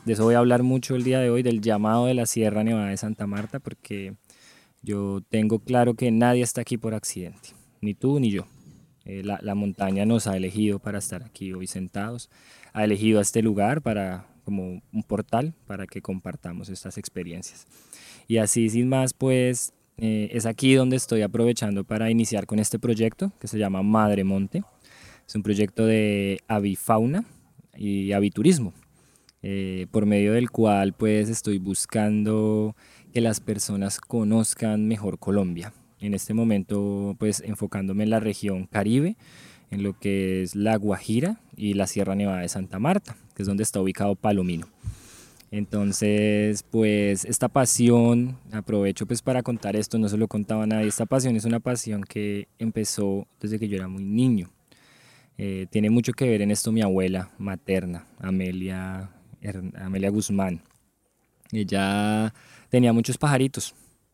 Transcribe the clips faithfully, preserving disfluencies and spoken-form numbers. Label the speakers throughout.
Speaker 1: de eso voy a hablar mucho el día de hoy, del llamado de la Sierra Nevada de Santa Marta, porque yo tengo claro que nadie está aquí por accidente, ni tú ni yo. Eh, la, la montaña nos ha elegido para estar aquí hoy sentados, ha elegido a este lugar para, como un portal para que compartamos estas experiencias. Y así sin más, pues eh, es aquí donde estoy aprovechando para iniciar con este proyecto que se llama Madre Monte. Es un proyecto de avifauna y aviturismo, eh, por medio del cual pues estoy buscando que las personas conozcan mejor Colombia. En este momento pues enfocándome en la región Caribe, en lo que es la Guajira y la Sierra Nevada de Santa Marta, que es donde está ubicado Palomino. Entonces, pues esta pasión, aprovecho pues para contar esto, no se lo contaba a nadie, esta pasión es una pasión que empezó desde que yo era muy niño. Eh, tiene mucho que ver en esto mi abuela materna, Amelia, Her- Amelia Guzmán. Ella tenía muchos pajaritos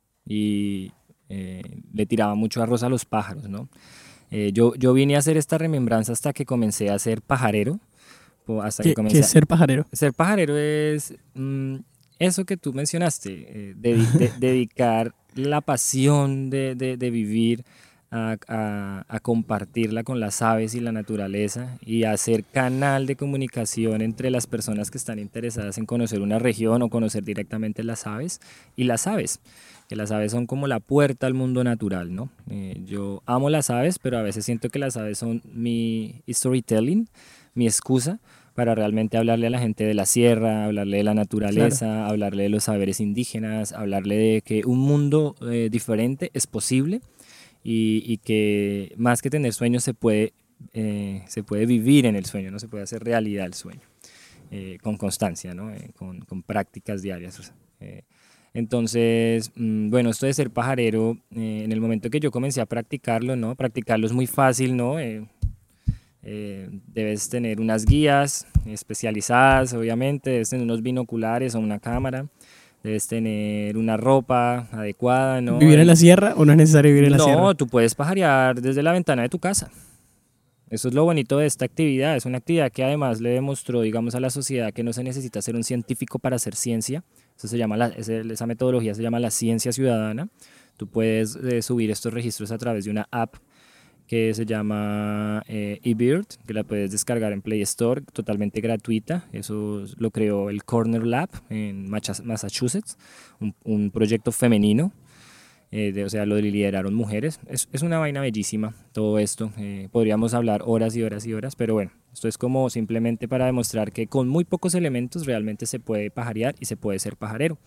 Speaker 1: y eh, le tiraba mucho arroz a los pájaros, ¿no? Eh, yo, yo vine a hacer esta remembranza hasta que comencé a ser pajarero, po- hasta que
Speaker 2: ¿Qué, qué
Speaker 1: comencé
Speaker 2: es
Speaker 1: a...
Speaker 2: ser pajarero?
Speaker 1: Ser pajarero es mm, eso que tú mencionaste, eh, dedi- de- dedicar la pasión de, de- de vivir a, a- a compartirla con las aves y la naturaleza y a ser canal de comunicación entre las personas que están interesadas en conocer una región o conocer directamente las aves y las aves, que las aves son como la puerta al mundo natural, ¿no? Eh, yo amo las aves, pero a veces siento que las aves son mi storytelling, mi excusa para realmente hablarle a la gente de la sierra, hablarle de la
Speaker 2: Claro.
Speaker 1: naturaleza, hablarle de los saberes indígenas, hablarle de que un mundo eh, diferente es posible y, y que más que tener sueños se puede, eh, se puede vivir en el sueño, no se puede hacer realidad el sueño, eh, con constancia, ¿no? Eh, con, con prácticas diarias. O sea, eh, entonces, mm, bueno, esto de ser pajarero, eh, en el momento que yo comencé a practicarlo, ¿no? Practicarlo es muy fácil, ¿no? Eh, eh, debes tener unas guías especializadas, obviamente, debes tener unos binoculares o una cámara, debes tener una ropa adecuada, ¿no?
Speaker 2: ¿Vivir en la
Speaker 1: El-
Speaker 2: sierra o no es necesario vivir en la sierra?
Speaker 1: no, tú puedes pajarear desde la ventana de tu casa. Eso es lo bonito de esta actividad. Es una actividad que además le demostró, digamos, a la sociedad que no se necesita ser un científico para hacer ciencia. Eso se llama la- ese- esa metodología se llama la ciencia ciudadana. Tú puedes eh, subir estos registros a través de una app que se llama eh, eBird, que la puedes descargar en Play Store, totalmente gratuita. Eso lo creó el Corner Lab en Machas- Massachusetts, un, un proyecto femenino, eh, de- o sea, lo lideraron mujeres. Es, es una vaina bellísima todo esto. Eh, podríamos hablar horas y horas y horas, pero bueno, esto es como simplemente para demostrar que con muy pocos elementos realmente se puede pajarear y se puede ser pajarero.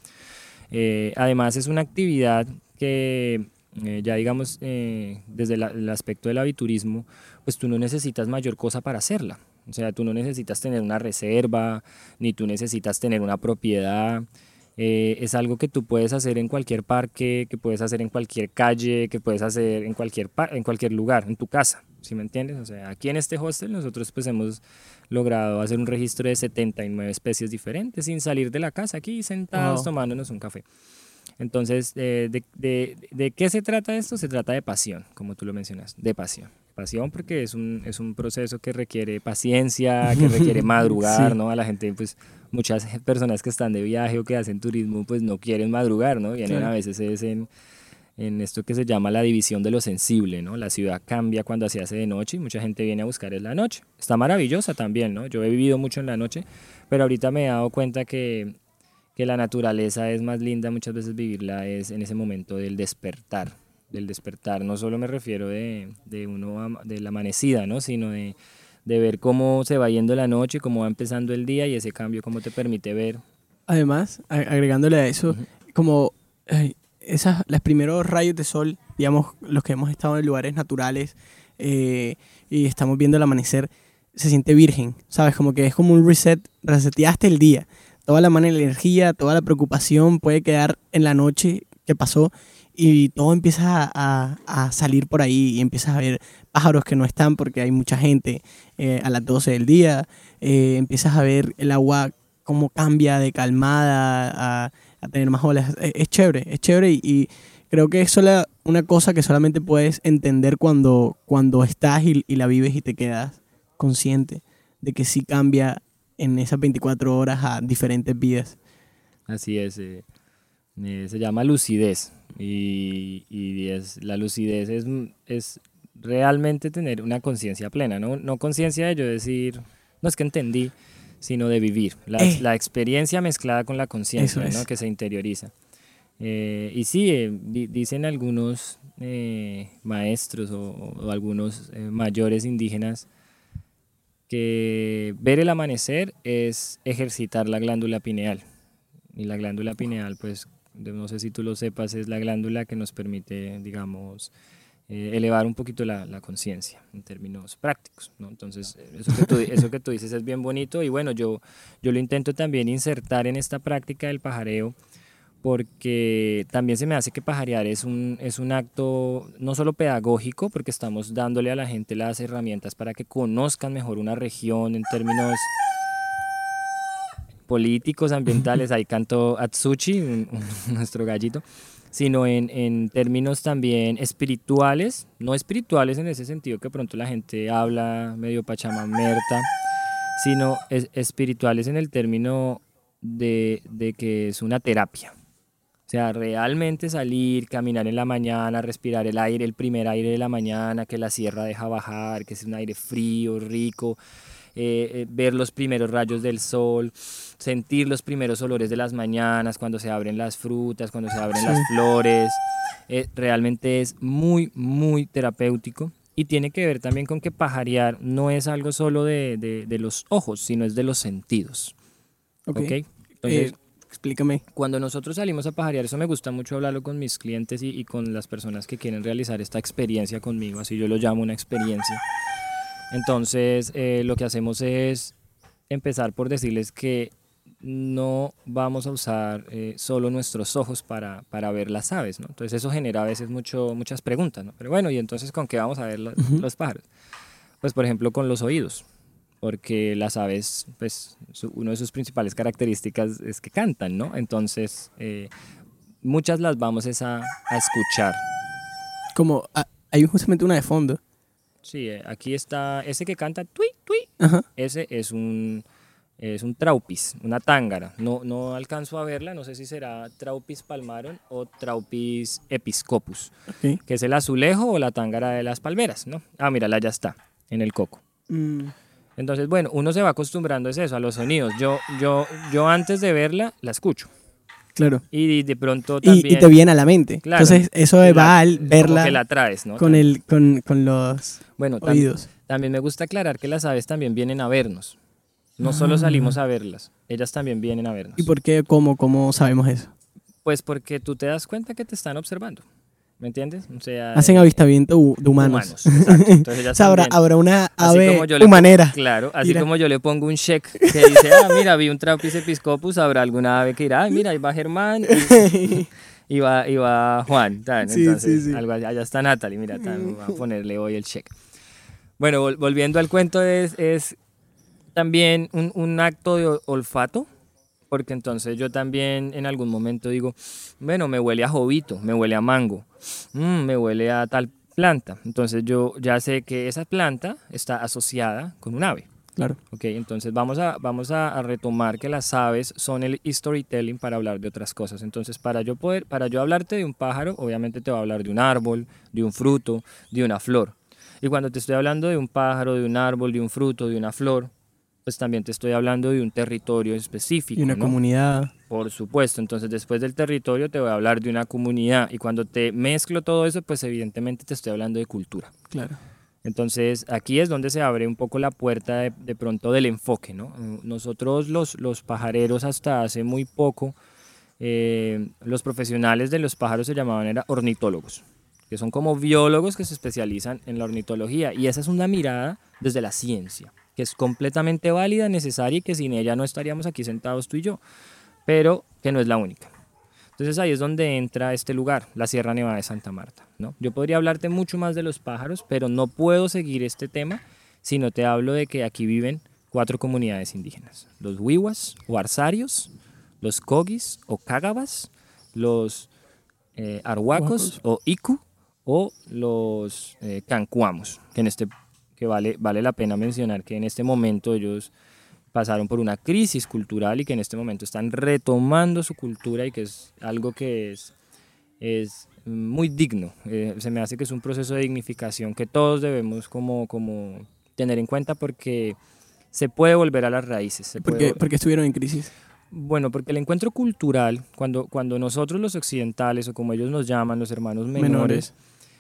Speaker 1: Eh, además es una actividad que eh, ya digamos eh, desde la- el aspecto del aviturismo, pues tú no necesitas mayor cosa para hacerla. O sea, tú no necesitas tener una reserva, ni tú necesitas tener una propiedad. Eh, es algo que tú puedes hacer en cualquier parque, que puedes hacer en cualquier calle, que puedes hacer en cualquier, pa- en cualquier lugar, en tu casa, ¿sí me entiendes? O sea, aquí en este hostel nosotros pues hemos logrado hacer un registro de setenta y nueve especies diferentes sin salir de la casa, aquí sentados
Speaker 2: Wow.
Speaker 1: tomándonos un café. Entonces, eh, de, de- de qué se trata esto? Se trata de pasión, como tú lo mencionas, de pasión. Pasión porque es un, es un proceso que requiere paciencia, que requiere madrugar,
Speaker 2: Sí.
Speaker 1: ¿no? A la gente, pues, muchas personas que están de viaje o que hacen turismo, pues no quieren madrugar, ¿no? Vienen a
Speaker 2: Claro.
Speaker 1: veces es en, en esto que se llama la división de lo sensible, ¿no? La ciudad cambia cuando se hace de noche y mucha gente viene a buscar es la noche. Está maravillosa también, ¿no? Yo he vivido mucho en la noche, pero ahorita me he dado cuenta que, que la naturaleza es más linda muchas veces vivirla es en ese momento del despertar, del despertar. No solo me refiero de, de uno, ama- de la amanecida, ¿no? Sino de, de ver cómo se va yendo la noche, cómo va empezando el día y ese cambio cómo te permite ver.
Speaker 2: Además, a- agregándole a eso,
Speaker 1: Ujú.
Speaker 2: como eh, esas, los primeros rayos de sol, digamos, los que hemos estado en lugares naturales eh, y estamos viendo el amanecer, se siente virgen, ¿sabes? Como que es como un reset, reseteaste el día. Toda la mala energía, toda la preocupación puede quedar en la noche que pasó y todo empieza a, a- a salir por ahí y empiezas a ver pájaros que no están porque hay mucha gente eh, a las doce del día, eh, empiezas a ver el agua cómo cambia de calmada a, a tener más olas. Es, es chévere, es chévere y, y creo que es sola- una cosa que solamente puedes entender cuando, cuando estás y, y la vives y te quedas consciente de que sí cambia en esas veinticuatro horas a diferentes vidas.
Speaker 1: Así es, eh, eh, se llama lucidez y, y es, la lucidez es, es realmente tener una conciencia plena, no, no conciencia de yo decir, no es que entendí, sino de vivir, la,
Speaker 2: Eh,
Speaker 1: la experiencia mezclada con la
Speaker 2: Eso
Speaker 1: conciencia, ¿no?
Speaker 2: es.
Speaker 1: Que se interioriza. Eh, y sí, eh, di- dicen algunos eh, maestros o, o algunos eh, mayores indígenas que ver el amanecer es ejercitar la glándula pineal. Y la glándula pineal, pues, de- no sé si tú lo sepas, es la glándula que nos permite, digamos, eh, elevar un poquito la, la conciencia en términos prácticos, ¿no? Entonces, eh, eso que tú, eso que tú dices es bien bonito y bueno, yo, yo lo intento también insertar en esta práctica del pajareo porque también se me hace que pajarear es un, es un acto no solo pedagógico, porque estamos dándole a la gente las herramientas para que conozcan mejor una región en términos políticos, ambientales, ahí cantó Atsushi, un- un- nuestro gallito, sino en, en términos también espirituales, no espirituales en ese sentido que pronto la gente habla medio pachamamerta, sino es- espirituales en el término de, de que es una terapia. O sea, realmente salir, caminar en la mañana, respirar el aire, el primer aire de la mañana, que la sierra deja bajar, que es un aire frío, rico, eh, eh, ver los primeros rayos del sol, sentir los primeros olores de las mañanas, cuando se abren las frutas, cuando se abren
Speaker 2: Sí.
Speaker 1: las flores, eh, realmente es muy, muy terapéutico. Y tiene que ver también con que pajarear no es algo solo de, de- de los ojos, sino es de los sentidos.
Speaker 2: Ok.
Speaker 1: ¿Ok?
Speaker 2: Eh,
Speaker 1: Entonces,
Speaker 2: explícame.
Speaker 1: cuando nosotros salimos a pajarear, eso me gusta mucho hablarlo con mis clientes y, y con las personas que quieren realizar esta experiencia conmigo, así yo lo llamo una experiencia. Entonces, eh, lo que hacemos es empezar por decirles que no vamos a usar eh, solo nuestros ojos para, para ver las aves, ¿no? Entonces eso genera a veces mucho, muchas preguntas, ¿no? Pero bueno, ¿y entonces con qué vamos a ver los,
Speaker 2: Ujú.
Speaker 1: los pájaros? Pues por ejemplo con los oídos, porque las aves, pues su, una de sus principales características es que cantan, ¿no? Entonces eh, muchas las vamos es a, a escuchar.
Speaker 2: Como ah, hay justamente una de fondo.
Speaker 1: Sí, eh, aquí está ese que canta, tui, tui,
Speaker 2: Ajá.
Speaker 1: ese es un, es un traupis, una tángara. No, no alcanzo a verla, no sé si será Traupis palmarum o Traupis episcopus,
Speaker 2: Ok.
Speaker 1: que es el azulejo o la tángara de las palmeras, ¿no? Ah, mírala, ya está, en el coco.
Speaker 2: Mm,
Speaker 1: Entonces, bueno, uno se va acostumbrando es eso, a los sonidos. Yo, yo, yo antes de verla, la escucho.
Speaker 2: claro.
Speaker 1: Y de pronto
Speaker 2: Y, y te
Speaker 1: también,
Speaker 2: viene a la mente.
Speaker 1: claro,
Speaker 2: Entonces, eso
Speaker 1: la-
Speaker 2: va al
Speaker 1: como que
Speaker 2: verla
Speaker 1: la traes, ¿no?
Speaker 2: con,
Speaker 1: Tam-
Speaker 2: el, con, con los
Speaker 1: bueno, tam-
Speaker 2: oídos.
Speaker 1: también me gusta aclarar que las aves también vienen a vernos. No solo salimos
Speaker 2: Ah.
Speaker 1: a verlas, ellas también vienen a
Speaker 2: ¿Y
Speaker 1: vernos.
Speaker 2: por qué? ¿Cómo, cómo sabemos eso?
Speaker 1: Pues porque tú te das cuenta que te están observando, ¿me entiendes? O sea,
Speaker 2: Hacen
Speaker 1: eh,
Speaker 2: avistamiento hu- de humanos.
Speaker 1: humanos, exacto. Entonces
Speaker 2: O
Speaker 1: ellas
Speaker 2: sea, habrá,
Speaker 1: también,
Speaker 2: habrá una
Speaker 1: así
Speaker 2: ave
Speaker 1: como yo le pongo,
Speaker 2: humanera.
Speaker 1: claro, así
Speaker 2: Mira.
Speaker 1: como yo le pongo un check que dice, ah, mira, vi un Traupis episcopus, habrá alguna ave que dirá, ay, mira, ahí va Germán y, y va, y va Juan, tan.
Speaker 2: Sí, sí,
Speaker 1: Entonces,
Speaker 2: sí.
Speaker 1: algo así, allá está Natalie, mira, tan, voy a ponerle hoy el check. Bueno, vol- volviendo al cuento, es, es también un, un acto de ol- olfato, porque entonces yo también en algún momento digo, bueno, me huele a jovito, me huele a mango, mm, me huele a tal planta. Entonces yo ya sé que esa planta está asociada con un ave.
Speaker 2: Claro.
Speaker 1: Ok, entonces vamos a, vamos a, a retomar que las aves son el storytelling para hablar de otras cosas. Entonces, para yo poder, para yo hablarte de un pájaro, obviamente te voy a hablar de un árbol, de un fruto, de una flor. Y cuando te estoy hablando de un pájaro, de un árbol, de un fruto, de una flor, pues también te estoy hablando de un territorio
Speaker 2: Y
Speaker 1: específico,
Speaker 2: una
Speaker 1: ¿no?
Speaker 2: comunidad.
Speaker 1: Por supuesto, entonces después del territorio te voy a hablar de una comunidad y cuando te mezclo todo eso, pues evidentemente te estoy hablando de cultura.
Speaker 2: Claro.
Speaker 1: Entonces aquí es donde se abre un poco la puerta de, de pronto del enfoque, ¿no? Mm, Nosotros los, los pajareros hasta hace muy poco, eh, los profesionales de los pájaros se llamaban era ornitólogos, que son como biólogos que se especializan en la ornitología y esa es una mirada desde la ciencia, que es completamente válida, necesaria y que sin ella no estaríamos aquí sentados tú y yo, pero que no es la única. Entonces ahí es donde entra este lugar, la Sierra Nevada de Santa Marta, ¿no? Yo podría hablarte mucho más de los pájaros, pero no puedo seguir este tema si no te hablo de que aquí viven cuatro comunidades indígenas. Los Wiwas o Arsarios, los Kogis o Cágabas, los eh, Arhuacos
Speaker 2: Guacos.
Speaker 1: o Iku o los eh, Cancuamos, que, en este, que vale, vale la pena mencionar que en este momento ellos pasaron por una crisis cultural y que en este momento están retomando su cultura y que es algo que es, es muy digno. Eh, se me hace que es un proceso de dignificación que todos debemos como, como tener en cuenta porque se puede volver a las raíces. Se
Speaker 2: ¿Por
Speaker 1: puede,
Speaker 2: qué, por qué estuvieron en crisis?
Speaker 1: bueno, porque el encuentro cultural, cuando, cuando nosotros los occidentales, o como ellos nos llaman, los hermanos menores,
Speaker 2: Menores.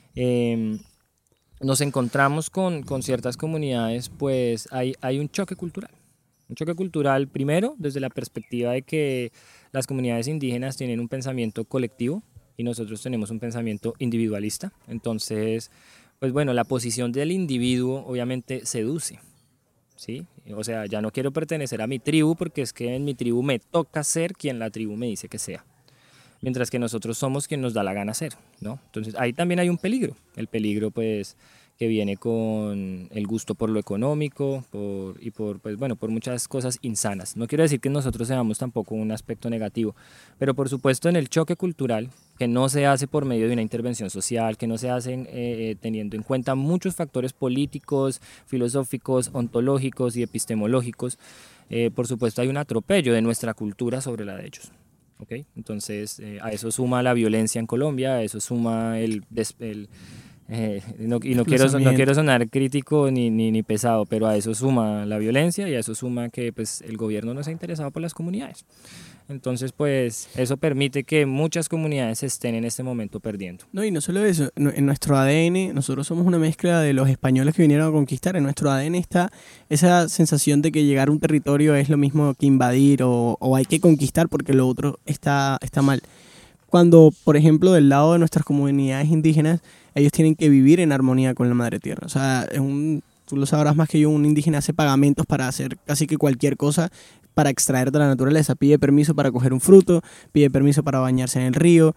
Speaker 1: eh, nos encontramos con, con ciertas comunidades, pues hay, hay un choque cultural. Un choque cultural, primero, desde la perspectiva de que las comunidades indígenas tienen un pensamiento colectivo y nosotros tenemos un pensamiento individualista. Entonces, pues bueno, la posición del individuo obviamente seduce, ¿sí? O sea, ya no quiero pertenecer a mi tribu porque es que en mi tribu me toca ser quien la tribu me dice que sea. Mientras que nosotros somos quien nos da la gana ser, ¿no? Entonces ahí también hay un peligro. El peligro, pues, que viene con el gusto por lo económico por, y por, pues, bueno, por muchas cosas insanas. No quiero decir que nosotros seamos tampoco un aspecto negativo, pero por supuesto en el choque cultural, que no se hace por medio de una intervención social, que no se hace eh, teniendo en cuenta muchos factores políticos, filosóficos, ontológicos y epistemológicos, eh, por supuesto hay un atropello de nuestra cultura sobre la de ellos. ¿Okay? Entonces, eh, a eso suma la violencia en Colombia, a eso suma el, des, el eh, no, y no quiero, no quiero sonar crítico ni, ni, ni pesado, pero a eso suma la violencia y a eso suma que pues, el gobierno no se ha interesado por las comunidades. Entonces, pues eso permite que muchas comunidades estén en este momento perdiendo.
Speaker 2: No, y no solo eso, no- en nuestro A D N, nosotros somos una mezcla de los españoles que vinieron a conquistar. En nuestro A D N está esa sensación de que llegar a un territorio es lo mismo que invadir o, o hay que conquistar porque lo otro está, está mal. Cuando, por ejemplo, del lado de nuestras comunidades indígenas, ellos tienen que vivir en armonía con la madre tierra. O sea, es un, tú lo sabrás más que yo, un indígena hace pagamentos para hacer casi que cualquier cosa para extraer de la naturaleza. Pide permiso para coger un fruto, pide permiso para bañarse en el río.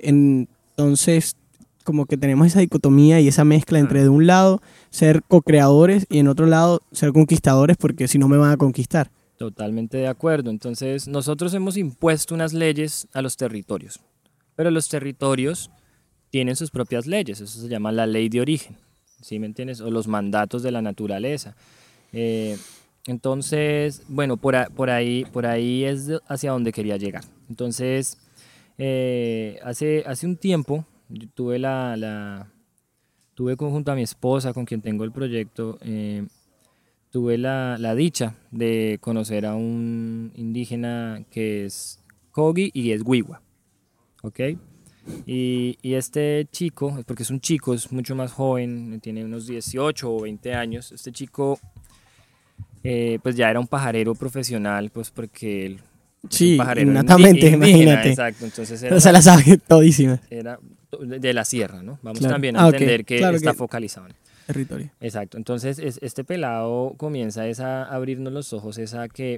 Speaker 2: Entonces, como que tenemos esa dicotomía y esa mezcla entre de un lado ser co-creadores y en otro lado ser conquistadores porque si no me van a conquistar.
Speaker 1: Totalmente de acuerdo. Entonces, nosotros hemos impuesto unas leyes a los territorios, pero los territorios tienen sus propias leyes, eso se llama la ley de origen, ¿sí me entiendes? O los mandatos de la naturaleza. Eh, entonces, bueno, por, a, por, ahí, por ahí es hacia donde quería llegar. Entonces, eh, hace, hace un tiempo yo tuve la, la tuve junto a mi esposa, con quien tengo el proyecto, eh, tuve la, la dicha de conocer a un indígena que es Kogi y es Wiwa, ¿ok? Y, y este chico, porque es un chico, es mucho más joven, tiene unos dieciocho o veinte años, este chico eh, pues ya era un pajarero profesional, pues porque él es un
Speaker 2: Sí,
Speaker 1: pajarero
Speaker 2: innatamente,
Speaker 1: indígena,
Speaker 2: imagínate.
Speaker 1: exacto, entonces era,
Speaker 2: O sea, la sabe todísima.
Speaker 1: era de la sierra, ¿no? Vamos
Speaker 2: Claro.
Speaker 1: también a
Speaker 2: Ah,
Speaker 1: entender
Speaker 2: ok.
Speaker 1: que
Speaker 2: Claro
Speaker 1: está
Speaker 2: que
Speaker 1: focalizado.
Speaker 2: territorio.
Speaker 1: Exacto, entonces es, este pelado comienza es a abrirnos los ojos, es a que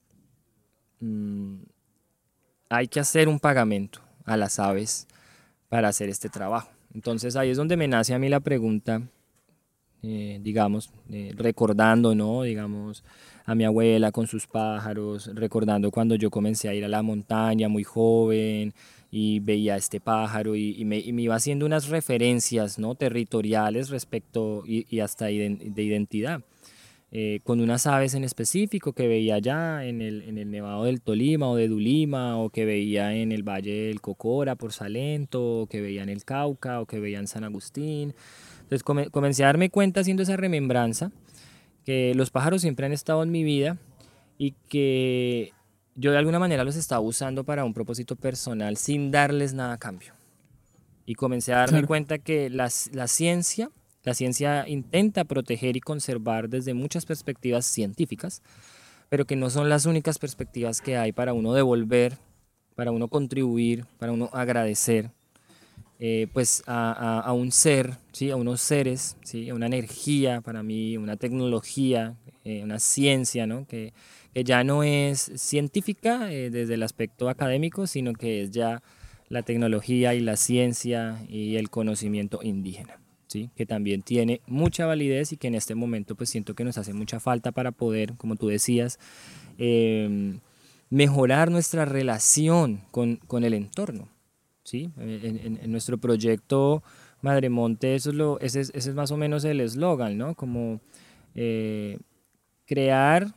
Speaker 1: mmm, hay que hacer un pagamento a las aves para hacer este trabajo. Entonces ahí es donde me nace a mí la pregunta, eh, digamos, eh, recordando, ¿no? Digamos, a mi abuela con sus pájaros, recordando cuando yo comencé a ir a la montaña muy joven y veía este pájaro y, y, me, y me iba haciendo unas referencias, ¿no? Territoriales respecto y, y hasta iden- de identidad. Eh, con unas aves en específico que veía allá en el, en el Nevado del Tolima o de Dulima, o que veía en el Valle del Cocora por Salento, o que veía en el Cauca, o que veía en San Agustín. Entonces come- comencé a darme cuenta haciendo esa remembranza que los pájaros siempre han estado en mi vida y que yo de alguna manera los estaba usando para un propósito personal sin darles nada a cambio. Y comencé a darme
Speaker 2: Claro.
Speaker 1: cuenta que la, la ciencia, la ciencia intenta proteger y conservar desde muchas perspectivas científicas, pero que no son las únicas perspectivas que hay para uno devolver, para uno contribuir, para uno agradecer, eh, pues a, a, a un ser, ¿sí? A unos seres, ¿sí? A una energía para mí, una tecnología, eh, una ciencia, ¿no? Que, que ya no es científica eh, desde el aspecto académico, sino que es ya la tecnología y la ciencia y el conocimiento indígena, ¿sí? Que también tiene mucha validez y que en este momento pues siento que nos hace mucha falta para poder, como tú decías, eh, mejorar nuestra relación con, con el entorno, ¿sí? En, en- en nuestro proyecto Madremonte, eso es lo, ese, es, ese es más o menos el eslogan, ¿no? Como eh, crear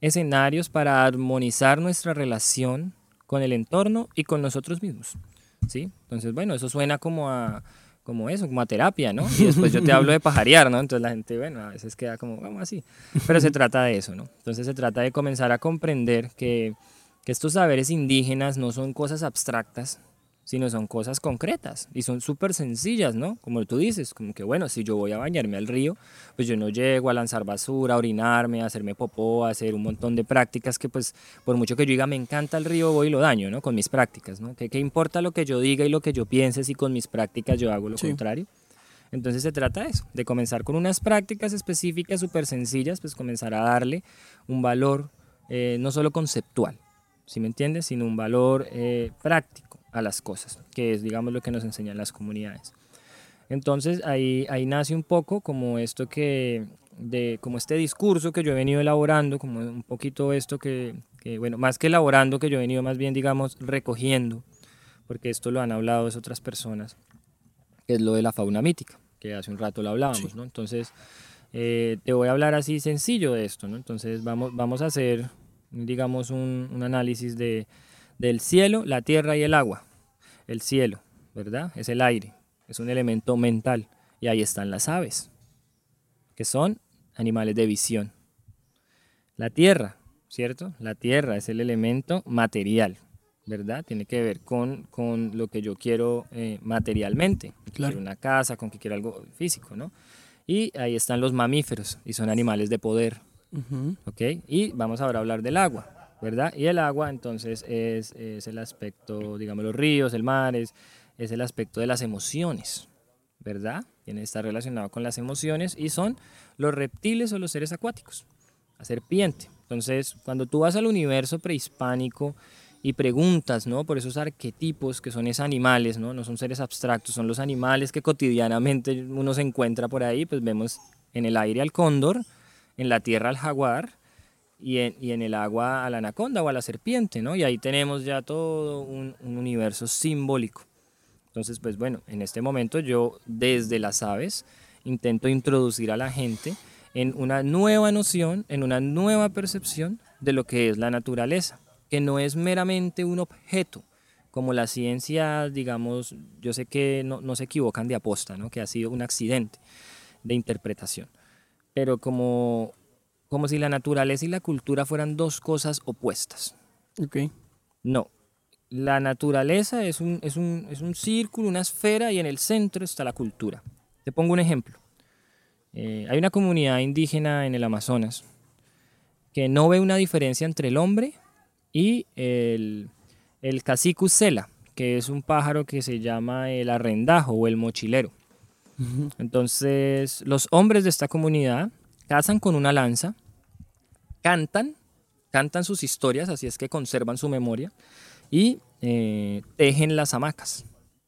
Speaker 1: escenarios para armonizar nuestra relación con el entorno y con nosotros mismos, ¿sí? Entonces, bueno, eso suena como a, como eso, como a terapia, ¿no? Y después yo te hablo de pajarear, ¿no? Entonces la gente, bueno, a veces queda como, vamos así. Pero se trata de eso, ¿no? Entonces se trata de comenzar a comprender que, que estos saberes indígenas no son cosas abstractas, sino son cosas concretas y son súper sencillas, ¿no? Como tú dices, como que bueno, si yo voy a bañarme al río, pues yo no llego a lanzar basura, a orinarme, a hacerme popó, a hacer un montón de prácticas que pues por mucho que yo diga me encanta el río, voy y lo daño, ¿no? Con mis prácticas, ¿no? ¿Qué, qué importa lo que yo diga y lo que yo piense si con mis prácticas yo hago lo
Speaker 2: Sí.
Speaker 1: contrario? Entonces se trata de eso, de comenzar con unas prácticas específicas súper sencillas, pues comenzar a darle un valor eh, no solo conceptual, ¿sí me entiendes? Sino un valor eh, práctico a las cosas, que es, digamos, lo que nos enseñan las comunidades. Entonces, ahí, ahí nace un poco como esto que, de, como este discurso que yo he venido elaborando, como un poquito esto que, que, bueno, más que elaborando, que yo he venido más bien, digamos, recogiendo, porque esto lo han hablado es otras personas, que es lo de la fauna mítica, que hace un rato lo hablábamos,
Speaker 2: Sí.
Speaker 1: ¿no? Entonces, eh, te voy a hablar así sencillo de esto, ¿no? Entonces, vamos, vamos a hacer, digamos, un, un análisis de del cielo, la tierra y el agua. El cielo, ¿verdad? Es el aire, es un elemento mental. Y ahí están las aves, que son animales de visión. La tierra, ¿cierto? La tierra es el elemento material, ¿verdad? Tiene que ver con, con lo que yo quiero eh, materialmente.
Speaker 2: Claro.
Speaker 1: Quiero una casa, con que quiero algo físico, ¿no? Y ahí están los mamíferos, y son animales de poder,
Speaker 2: Ujú.
Speaker 1: ¿ok? Y vamos ahora a hablar del agua, ¿verdad? Y el agua entonces es, es el aspecto, digamos, los ríos, el mar, es, es el aspecto de las emociones, ¿verdad? Tiene, está relacionado con las emociones y son los reptiles o los seres acuáticos, la serpiente. Entonces, cuando tú vas al universo prehispánico y preguntas, ¿no? Por esos arquetipos que son esos animales, ¿no? No son seres abstractos, son los animales que cotidianamente uno se encuentra por ahí, pues vemos en el aire al cóndor, en la tierra al jaguar, y en, y en el agua a la anaconda o a la serpiente, ¿no? Y ahí tenemos ya todo un, un universo simbólico. Entonces, pues bueno, en este momento yo desde las aves intento introducir a la gente en una nueva noción, en una nueva percepción de lo que es la naturaleza, que no es meramente un objeto, como la ciencia, digamos, yo sé que no, no se equivocan de aposta, ¿no? Que ha sido un accidente de interpretación, pero como como si la naturaleza y la cultura fueran dos cosas opuestas.
Speaker 2: Ok.
Speaker 1: No, la naturaleza es un, es un, es un círculo, una esfera, y en el centro está la cultura. Te pongo un ejemplo. Eh, hay una comunidad indígena en el Amazonas que no ve una diferencia entre el hombre y el, el cacique cela, que es un pájaro que se llama el arrendajo o el mochilero.
Speaker 2: Ujú.
Speaker 1: Entonces, los hombres de esta comunidad cazan con una lanza, cantan, cantan sus historias, así es que conservan su memoria, y eh, tejen las hamacas.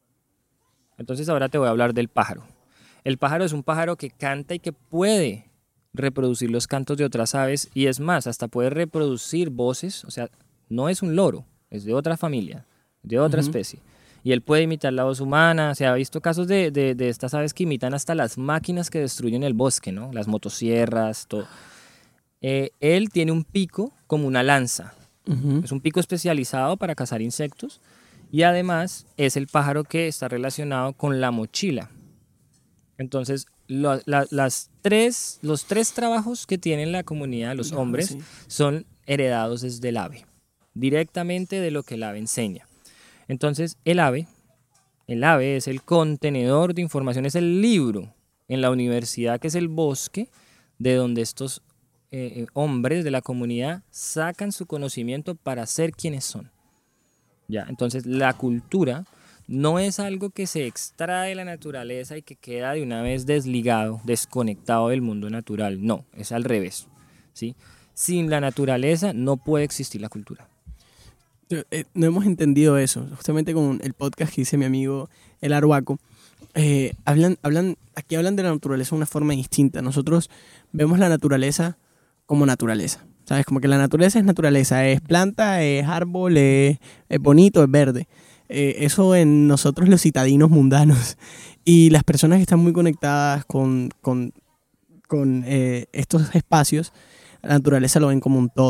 Speaker 1: Entonces ahora te voy a hablar del pájaro. El pájaro es un pájaro que canta y que puede reproducir los cantos de otras aves, y es más, hasta puede reproducir voces, o sea, no es un loro, es de otra familia, de otra
Speaker 2: Ujú.
Speaker 1: especie. Y él puede imitar la voz humana. Se ha visto casos de, de, de estas aves que imitan hasta las máquinas que destruyen el bosque, ¿no? Las motosierras, todo. Eh, él tiene un pico como una lanza.
Speaker 2: Ujú.
Speaker 1: Es un pico especializado para cazar insectos, y además es el pájaro que está relacionado con la mochila. Entonces, lo- la- las tres, los tres trabajos que tienen la comunidad, los
Speaker 2: Ajá,
Speaker 1: hombres,
Speaker 2: sí.
Speaker 1: son heredados desde el ave, directamente de lo que el ave enseña. Entonces, el ave, el ave es el contenedor de información, es el libro en la universidad, que es el bosque, de donde estos eh, eh, hombres de la comunidad sacan su conocimiento para ser quienes son. ¿Ya? Entonces, la cultura no es algo que se extrae de la naturaleza y que queda de una vez desligado, desconectado del mundo natural. No, es al revés, ¿sí? Sin la naturaleza no puede existir la cultura.
Speaker 2: Eh, eh, No hemos entendido eso. Justamente con el podcast que hice mi amigo El Arhuaco, eh, hablan, hablan, aquí hablan de la naturaleza de una forma distinta. Nosotros vemos la naturaleza como naturaleza. ¿Sabes? Como que la naturaleza es naturaleza, es planta, es árbol, es, es bonito, es verde. Eh, eso en nosotros los citadinos mundanos. Y las personas que están muy conectadas con, con, con eh, estos espacios, la naturaleza lo ven como un todo.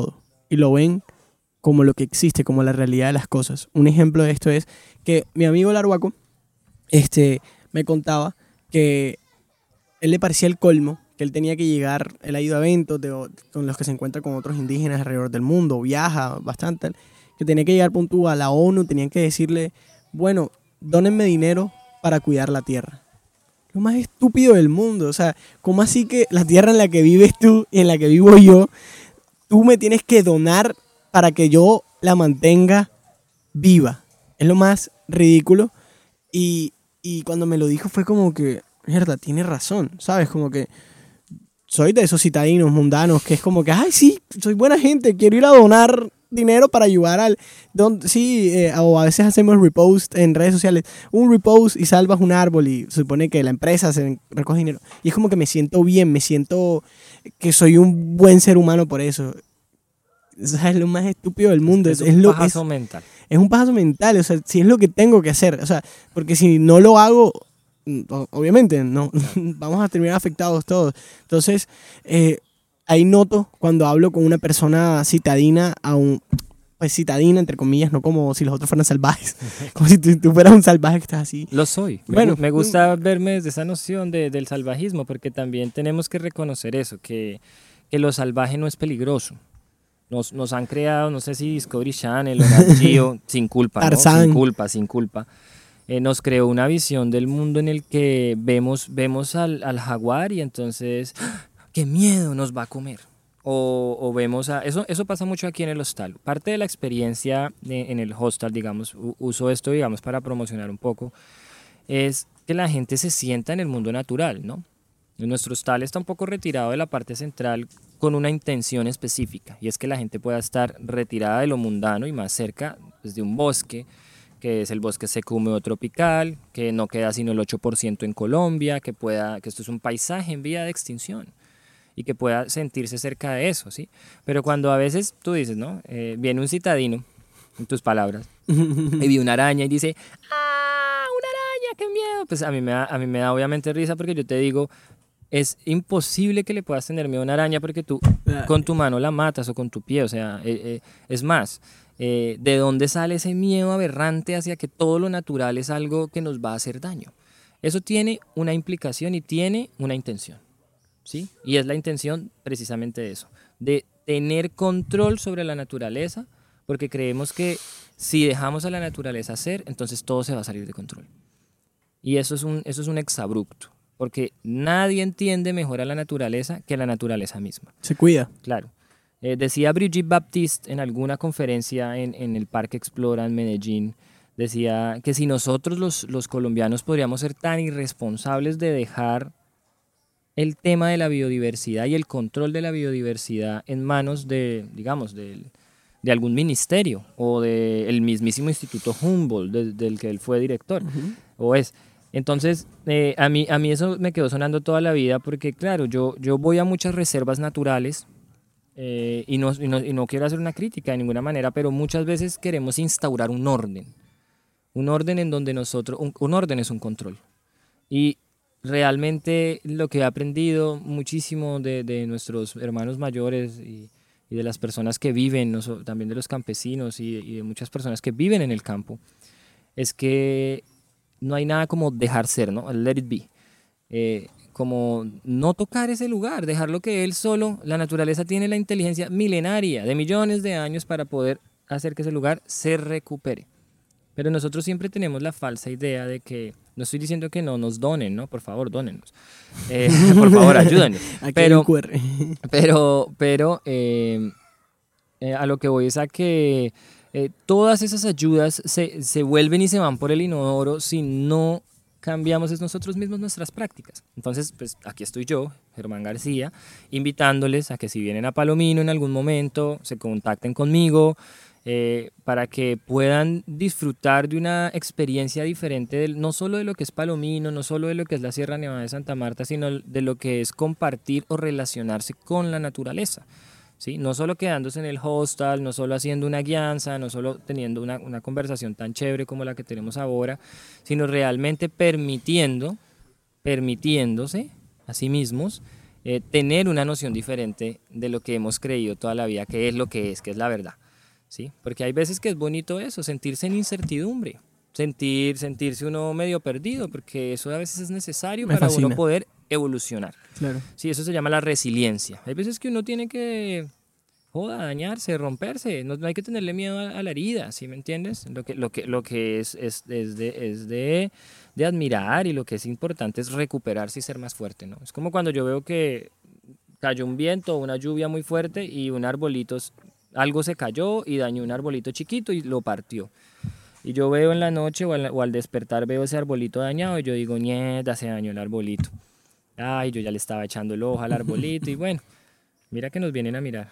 Speaker 2: y lo ven como lo que existe, como la realidad de las cosas. Un ejemplo de esto es que mi amigo Larhuaco este, me contaba que él le parecía el colmo, que él tenía que llegar, él ha ido a eventos de, con los que se encuentra con otros indígenas alrededor del mundo, viaja bastante, que tenía que llegar punto a la ONU, tenían que decirle, bueno, dónenme dinero para cuidar la tierra. Lo más estúpido del mundo, o sea, ¿cómo así que la tierra en la que vives tú y en la que vivo yo, tú me tienes que donar para que yo la mantenga viva? Es lo más ridículo. Y, y cuando me lo dijo fue como que, mierda, tiene razón, ¿sabes? Como que soy de esos citadinos mundanos que es como que, ay, sí, soy buena gente, quiero ir a donar dinero para ayudar al... Don, sí, eh, o a veces hacemos repost en redes sociales, un repost y salvas un árbol y se supone que la empresa se recoge dinero. Y es como que me siento bien, me siento que soy un buen ser humano por eso. O sea, es lo más estúpido del mundo.
Speaker 1: Es,
Speaker 2: es,
Speaker 1: es un
Speaker 2: lo,
Speaker 1: pajazo
Speaker 2: es,
Speaker 1: mental.
Speaker 2: Es un pajazo mental, o sea, si es lo que tengo que hacer. O sea, porque si no lo hago, obviamente, no, vamos a terminar afectados todos. Entonces, eh, ahí noto cuando hablo con una persona citadina, a un, pues citadina, entre comillas, no como si los otros fueran salvajes, como si tú, tú fueras un salvaje que estás así.
Speaker 1: Lo soy.
Speaker 2: Bueno,
Speaker 1: me, me gusta verme desde esa noción de, del salvajismo, porque también tenemos que reconocer eso, que, que lo salvaje no es peligroso. Nos, nos han creado, no sé si Discovery Channel o Nat Geo, sin culpa, ¿no?
Speaker 2: Tarzán.
Speaker 1: Sin culpa, sin culpa. Eh, nos creó una visión del mundo en el que vemos, vemos al, al jaguar y entonces, ¡ah! ¡Qué miedo! Nos va a comer. O, o vemos a... Eso, eso pasa mucho aquí en el hostal. Parte de la experiencia de, en el hostal, digamos, uso esto, digamos, para promocionar un poco, es que la gente se sienta en el mundo natural, ¿no? Nuestro hostal está un poco retirado de la parte central con una intención específica, y es que la gente pueda estar retirada de lo mundano y más cerca pues, de un bosque, que es el bosque seco húmedo tropical, que no queda sino el ocho por ciento en Colombia, que, pueda, que esto es un paisaje en vía de extinción y que pueda sentirse cerca de eso, ¿sí? Pero cuando a veces tú dices, ¿no? Eh, viene un citadino, en tus palabras, y vi una araña y dice, ¡ah, una araña, qué miedo! Pues a mí me da, a mí me da obviamente risa porque yo te digo, es imposible que le puedas tener miedo a una araña porque tú con tu mano la matas o con tu pie, o sea, eh, eh, es más, eh, ¿de dónde sale ese miedo aberrante hacia que todo lo natural es algo que nos va a hacer daño? Eso tiene una implicación y tiene una intención, ¿sí? Y es la intención precisamente de eso, de tener control sobre la naturaleza, porque creemos que si dejamos a la naturaleza ser, entonces todo se va a salir de control. Y eso es un, eso es un exabrupto. Porque nadie entiende mejor a la naturaleza que la naturaleza misma.
Speaker 2: Se cuida.
Speaker 1: Claro. Eh, decía Brigitte Baptiste en alguna conferencia en, en el Parque Explora en Medellín, decía que si nosotros los, los colombianos podríamos ser tan irresponsables de dejar el tema de la biodiversidad y el control de la biodiversidad en manos de, digamos, de, de algún ministerio o del mismísimo Instituto Humboldt, de, del que él fue director, uh-huh. o es... Entonces, eh, a, mí, a mí eso me quedó sonando toda la vida porque, claro, yo, yo voy a muchas reservas naturales eh, y, no, y, no, y no quiero hacer una crítica de ninguna manera, pero muchas veces queremos instaurar un orden. Un orden en donde nosotros... Un, un orden es un control. Y realmente lo que he aprendido muchísimo de, de nuestros hermanos mayores y, y de las personas que viven, no so, también de los campesinos y, y de muchas personas que viven en el campo, es que no hay nada como dejar ser, ¿no? Let it be. Eh, como no tocar ese lugar, dejarlo que él solo, la naturaleza tiene la inteligencia milenaria de millones de años para poder hacer que ese lugar se recupere. Pero nosotros siempre tenemos la falsa idea de que, no estoy diciendo que no nos donen, ¿no? Por favor, dónennos. Eh, por favor, ayúdennos. Pero, pero, pero eh, eh, a lo que voy es a que Eh, todas esas ayudas se, se vuelven y se van por el inodoro si no cambiamos es nosotros mismos nuestras prácticas. Entonces, pues aquí estoy yo, Germán García, invitándoles a que si vienen a Palomino en algún momento, se contacten conmigo eh, para que puedan disfrutar de una experiencia diferente, del, no solo de lo que es Palomino, no solo de lo que es la Sierra Nevada de Santa Marta, sino de lo que es compartir o relacionarse con la naturaleza. ¿Sí? No solo quedándose en el hostel, no solo haciendo una guianza, no solo teniendo una, una conversación tan chévere como la que tenemos ahora, sino realmente permitiendo, permitiéndose a sí mismos eh, tener una noción diferente de lo que hemos creído toda la vida, que es lo que es, que es la verdad, ¿sí? Porque hay veces que es bonito eso, sentirse en incertidumbre, sentir, sentirse uno medio perdido, porque eso a veces es necesario
Speaker 2: Me
Speaker 1: para
Speaker 2: fascina.
Speaker 1: uno poder evolucionar.
Speaker 2: Claro.
Speaker 1: Sí, eso se llama la resiliencia. Hay veces que uno tiene que, joda, dañarse, romperse, no, no hay que tenerle miedo a, a la herida, ¿sí me entiendes? Lo que, lo que, lo que es, es, es, de, es de, de admirar, y lo que es importante es recuperarse y ser más fuerte, ¿no? Es como cuando yo veo que cayó un viento, una lluvia muy fuerte y un arbolito, algo se cayó y dañó un arbolito chiquito y lo partió. Y yo veo en la noche o al, o al despertar veo ese arbolito dañado y yo digo, nieta, se dañó el arbolito. Ay, yo ya le estaba echando el ojo al arbolito y bueno, mira que nos vienen a mirar.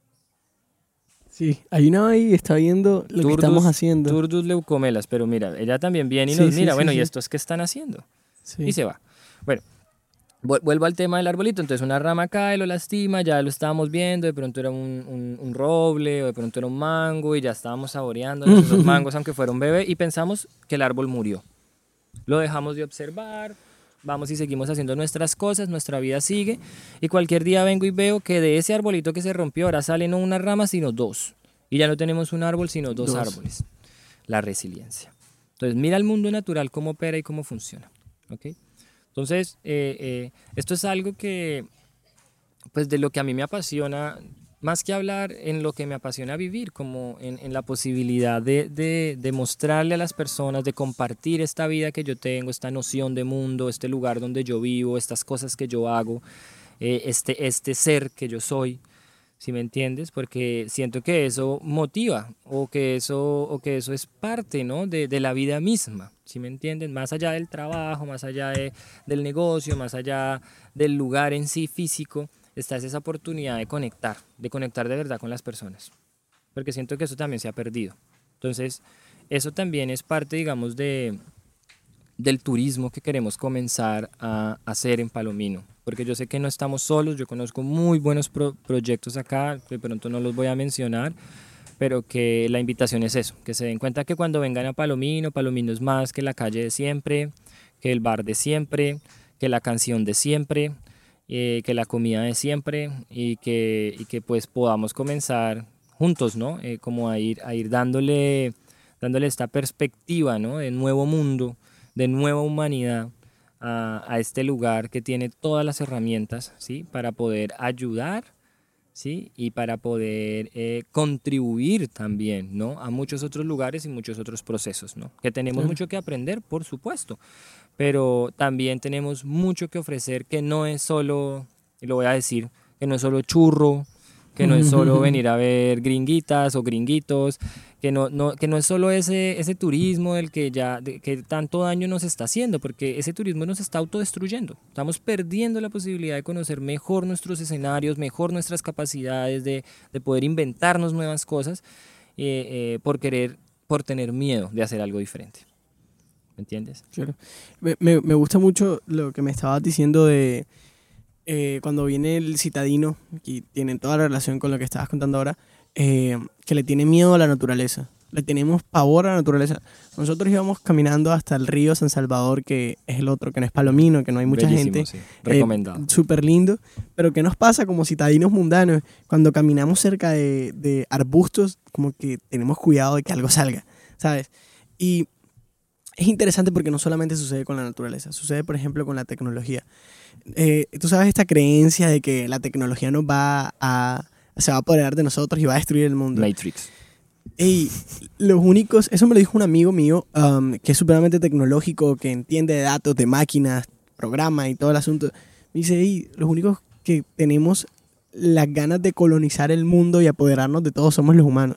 Speaker 2: Sí, hay una ahí, está viendo lo que estamos haciendo.
Speaker 1: Turdus leucomelas, pero mira, ella también viene y
Speaker 2: Sí,
Speaker 1: nos
Speaker 2: sí,
Speaker 1: mira,
Speaker 2: sí,
Speaker 1: bueno,
Speaker 2: sí.
Speaker 1: ¿y estos qué están haciendo?
Speaker 2: Sí.
Speaker 1: Y se va. Bueno, vu- vuelvo al tema del arbolito. Entonces una rama cae, lo lastima, ya lo estábamos viendo, de pronto era un, un- un roble o de pronto era un mango y ya estábamos saboreando esos mangos aunque fuera un bebé y pensamos que el árbol murió. Lo dejamos de observar, vamos y seguimos haciendo nuestras cosas, nuestra vida sigue y cualquier día vengo y veo que de ese arbolito que se rompió ahora salen no una rama sino dos y ya no tenemos un árbol sino dos,
Speaker 2: Dos.
Speaker 1: árboles. La resiliencia. Entonces mira el mundo natural cómo opera y cómo funciona. ¿Ok? Entonces eh, eh, esto es algo que pues de lo que a mí me apasiona, más que hablar, en lo que me apasiona vivir, como en, en la posibilidad de, de, de mostrarle a las personas, de compartir esta vida que yo tengo, esta noción de mundo, este lugar donde yo vivo, estas cosas que yo hago, eh, este, este ser que yo soy, ¿sí me entiendes? Porque siento que eso motiva o que eso, o que eso es parte, ¿no? de, de la vida misma, ¿sí me entienden? Más allá del trabajo, más allá de, del negocio, más allá del lugar en sí físico, está esa oportunidad de conectar, de conectar de verdad con las personas, porque siento que eso también se ha perdido. Entonces, eso también es parte, digamos, de, del turismo que queremos comenzar a hacer en Palomino, porque yo sé que no estamos solos, yo conozco muy buenos pro proyectos acá, que de pronto no los voy a mencionar, pero que la invitación es eso, que se den cuenta que cuando vengan a Palomino, Palomino es más que la calle de siempre, que el bar de siempre, que la canción de siempre, eh, que la comida de siempre y que, y que pues podamos comenzar juntos, ¿no? Eh, como a ir, a ir dándole, dándole esta perspectiva, ¿no? De nuevo mundo, de nueva humanidad a, a este lugar que tiene todas las herramientas, ¿sí? Para poder ayudar, ¿sí? Y para poder eh, contribuir también, ¿no? A muchos otros lugares y muchos otros procesos, ¿no? Que tenemos
Speaker 2: Claro.
Speaker 1: mucho que aprender, por supuesto, pero también tenemos mucho que ofrecer que no es solo, y lo voy a decir, que no es solo churro, que no es solo venir a ver gringuitas o gringuitos, que no, no, que no es solo ese, ese turismo del que ya de, que tanto daño nos está haciendo, porque ese turismo nos está autodestruyendo. Estamos perdiendo la posibilidad de conocer mejor nuestros escenarios, mejor nuestras capacidades, de, de poder inventarnos nuevas cosas, eh, eh, por querer, por tener miedo de hacer algo diferente. ¿Me entiendes?
Speaker 2: Claro. Me, me, me gusta mucho lo que me estabas diciendo de eh, cuando viene el citadino, y tienen toda la relación con lo que estabas contando ahora, eh, que le tiene miedo a la naturaleza. Le tenemos pavor a la naturaleza. Nosotros íbamos caminando hasta el río San Salvador, que es el otro, que no es Palomino, que no hay mucha
Speaker 1: Bellísimo,
Speaker 2: gente.
Speaker 1: sí. Recomendado.
Speaker 2: Eh, Súper lindo. Pero ¿qué nos pasa como citadinos mundanos? Cuando caminamos cerca de, de arbustos, como que tenemos cuidado de que algo salga, ¿sabes? Y es interesante porque no solamente sucede con la naturaleza, sucede, por ejemplo, con la tecnología. Eh, Tú sabes esta creencia de que la tecnología nos va a, se va a apoderar de nosotros y va a destruir el mundo.
Speaker 1: Matrix.
Speaker 2: Ey, los únicos, eso me lo dijo un amigo mío, um, que es supremamente tecnológico, que entiende de datos, de máquinas, programa y todo el asunto. Me dice, ey, los únicos que tenemos las ganas de colonizar el mundo y apoderarnos de todos somos los humanos.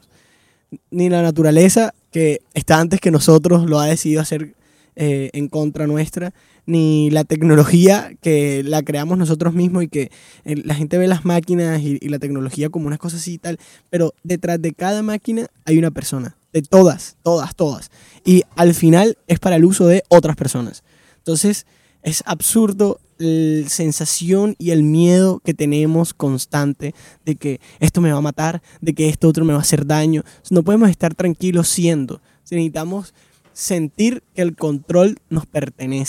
Speaker 2: Ni la naturaleza, que está antes que nosotros, lo ha decidido hacer eh, en contra nuestra, ni la tecnología, que la creamos nosotros mismos y que eh, la gente ve las máquinas y, y la tecnología como unas cosas así y tal, pero detrás de cada máquina hay una persona, de todas, todas, todas. Y al final es para el uso de otras personas. Entonces es absurdo la sensación y el miedo que tenemos constante de que esto me va a matar, de que esto otro me va a hacer daño. No podemos estar tranquilos siendo. Necesitamos sentir que el control nos pertenece,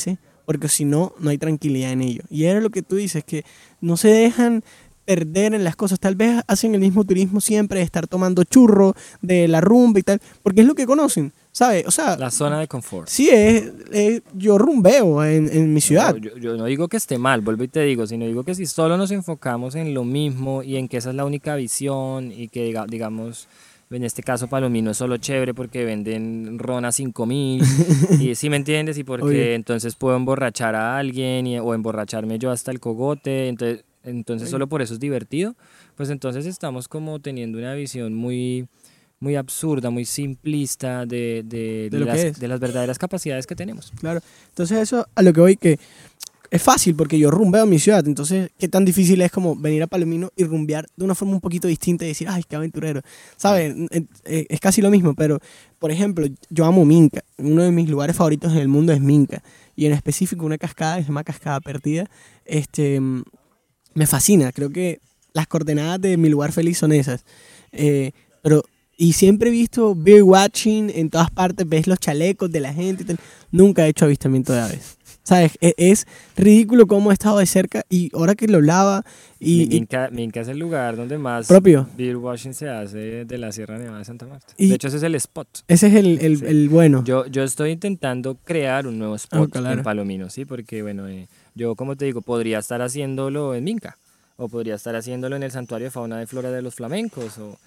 Speaker 2: porque si no, no hay tranquilidad en ello. Y era lo que tú dices, que no se dejan perder en las cosas. Tal vez hacen el mismo turismo siempre, de estar tomando churro, de la rumba y tal, porque es lo que conocen, ¿sabes? O sea,
Speaker 1: La zona de confort.
Speaker 2: sí, es, es- yo rumbeo en, en mi ciudad.
Speaker 1: No, yo, yo no digo que esté mal, vuelvo y te digo, sino digo que si solo nos enfocamos en lo mismo y en que esa es la única visión y que diga- digamos, en este caso Palomino es solo chévere porque venden ron a cinco mil y si me entiendes y
Speaker 2: Obvio.
Speaker 1: porque entonces puedo emborrachar a alguien y- o emborracharme yo hasta el cogote, entonces, entonces solo por eso es divertido, pues entonces estamos como teniendo una visión muy, muy absurda, muy simplista de, de
Speaker 2: De lo que
Speaker 1: las,
Speaker 2: es.
Speaker 1: de las verdaderas capacidades que tenemos.
Speaker 2: Claro. Entonces eso a lo que voy, que es fácil porque yo rumbeo en mi ciudad. Entonces, qué tan difícil es como venir a Palomino y rumbear de una forma un poquito distinta y decir, ay, qué aventurero. ¿Sabes? Eh, eh, Es casi lo mismo, pero, por ejemplo, yo amo Minca. Uno de mis lugares favoritos en el mundo es Minca. Y en específico una cascada que se llama Cascada Perdida. Este, mm, me fascina. Creo que las coordenadas de mi lugar feliz son esas. Eh, pero, y siempre he visto beer watching en todas partes, ves los chalecos de la gente y tal. Nunca he hecho avistamiento de aves. ¿Sabes? E- Es, ridículo cómo he estado de cerca y ahora que lo hablaba
Speaker 1: Mi-
Speaker 2: y, y
Speaker 1: Minca, Minca es el lugar donde más
Speaker 2: propio.
Speaker 1: beer washing se hace de la Sierra Nevada de Santa Marta.
Speaker 2: Y
Speaker 1: De hecho, ese es el spot.
Speaker 2: ese es el, el,
Speaker 1: Sí.
Speaker 2: el bueno.
Speaker 1: Yo, yo estoy intentando crear un nuevo
Speaker 2: Ah,
Speaker 1: spot en
Speaker 2: claro.
Speaker 1: Palomino, ¿sí? Porque, bueno, eh, yo, como te digo, podría estar haciéndolo en Minca, o podría estar haciéndolo en el Santuario de Fauna de Flora de los Flamencos, o,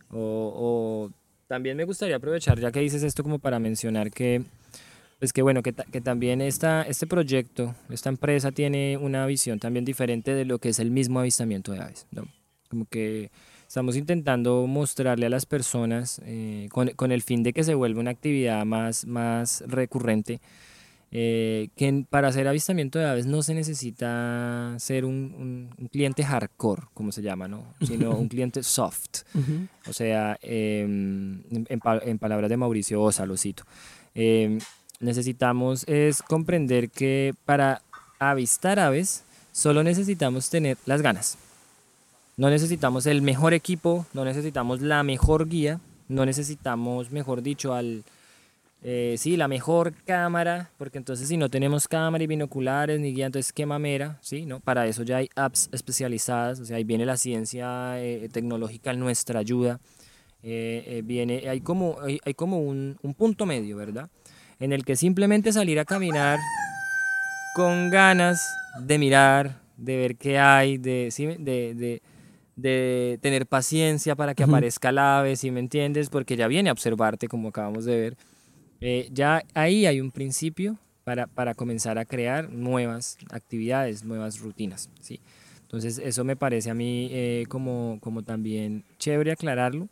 Speaker 1: o, o también me gustaría aprovechar, ya que dices esto, como para mencionar que, pues que bueno, que, ta- que también esta, este proyecto, esta empresa tiene una visión también diferente de lo que es el mismo avistamiento de aves, ¿no? Como que estamos intentando mostrarle a las personas, eh, con, con el fin de que se vuelva una actividad más, más recurrente, eh, que en- para hacer avistamiento de aves no se necesita ser un, un- un cliente hardcore, como se llama, ¿no? Sino un cliente soft.
Speaker 2: Ujú.
Speaker 1: O sea, em, en, en pa- en palabras de Mauricio Osa, lo cito. em, necesitamos es comprender que para avistar aves solo necesitamos tener las ganas. No necesitamos el mejor equipo, no necesitamos la mejor guía, no necesitamos, mejor dicho, al, eh, sí, la mejor cámara, porque entonces si no tenemos cámara y binoculares ni guía, entonces qué mamera, ¿sí? ¿No? Para eso ya hay apps especializadas, o sea, ahí viene la ciencia eh, tecnológica en nuestra ayuda, eh, eh, viene, hay como, hay, hay como un, un punto medio, ¿verdad? En el que simplemente salir a caminar con ganas de mirar, de ver qué hay, de, ¿sí? de, de, de tener paciencia para que
Speaker 2: Ujú.
Speaker 1: aparezca el ave, ¿sí me entiendes? Porque ya viene a observarte, como acabamos de ver. Eh, ya ahí hay un principio para, para comenzar a crear nuevas actividades, nuevas rutinas, ¿sí? Entonces eso me parece a mí eh, como, como también chévere aclararlo,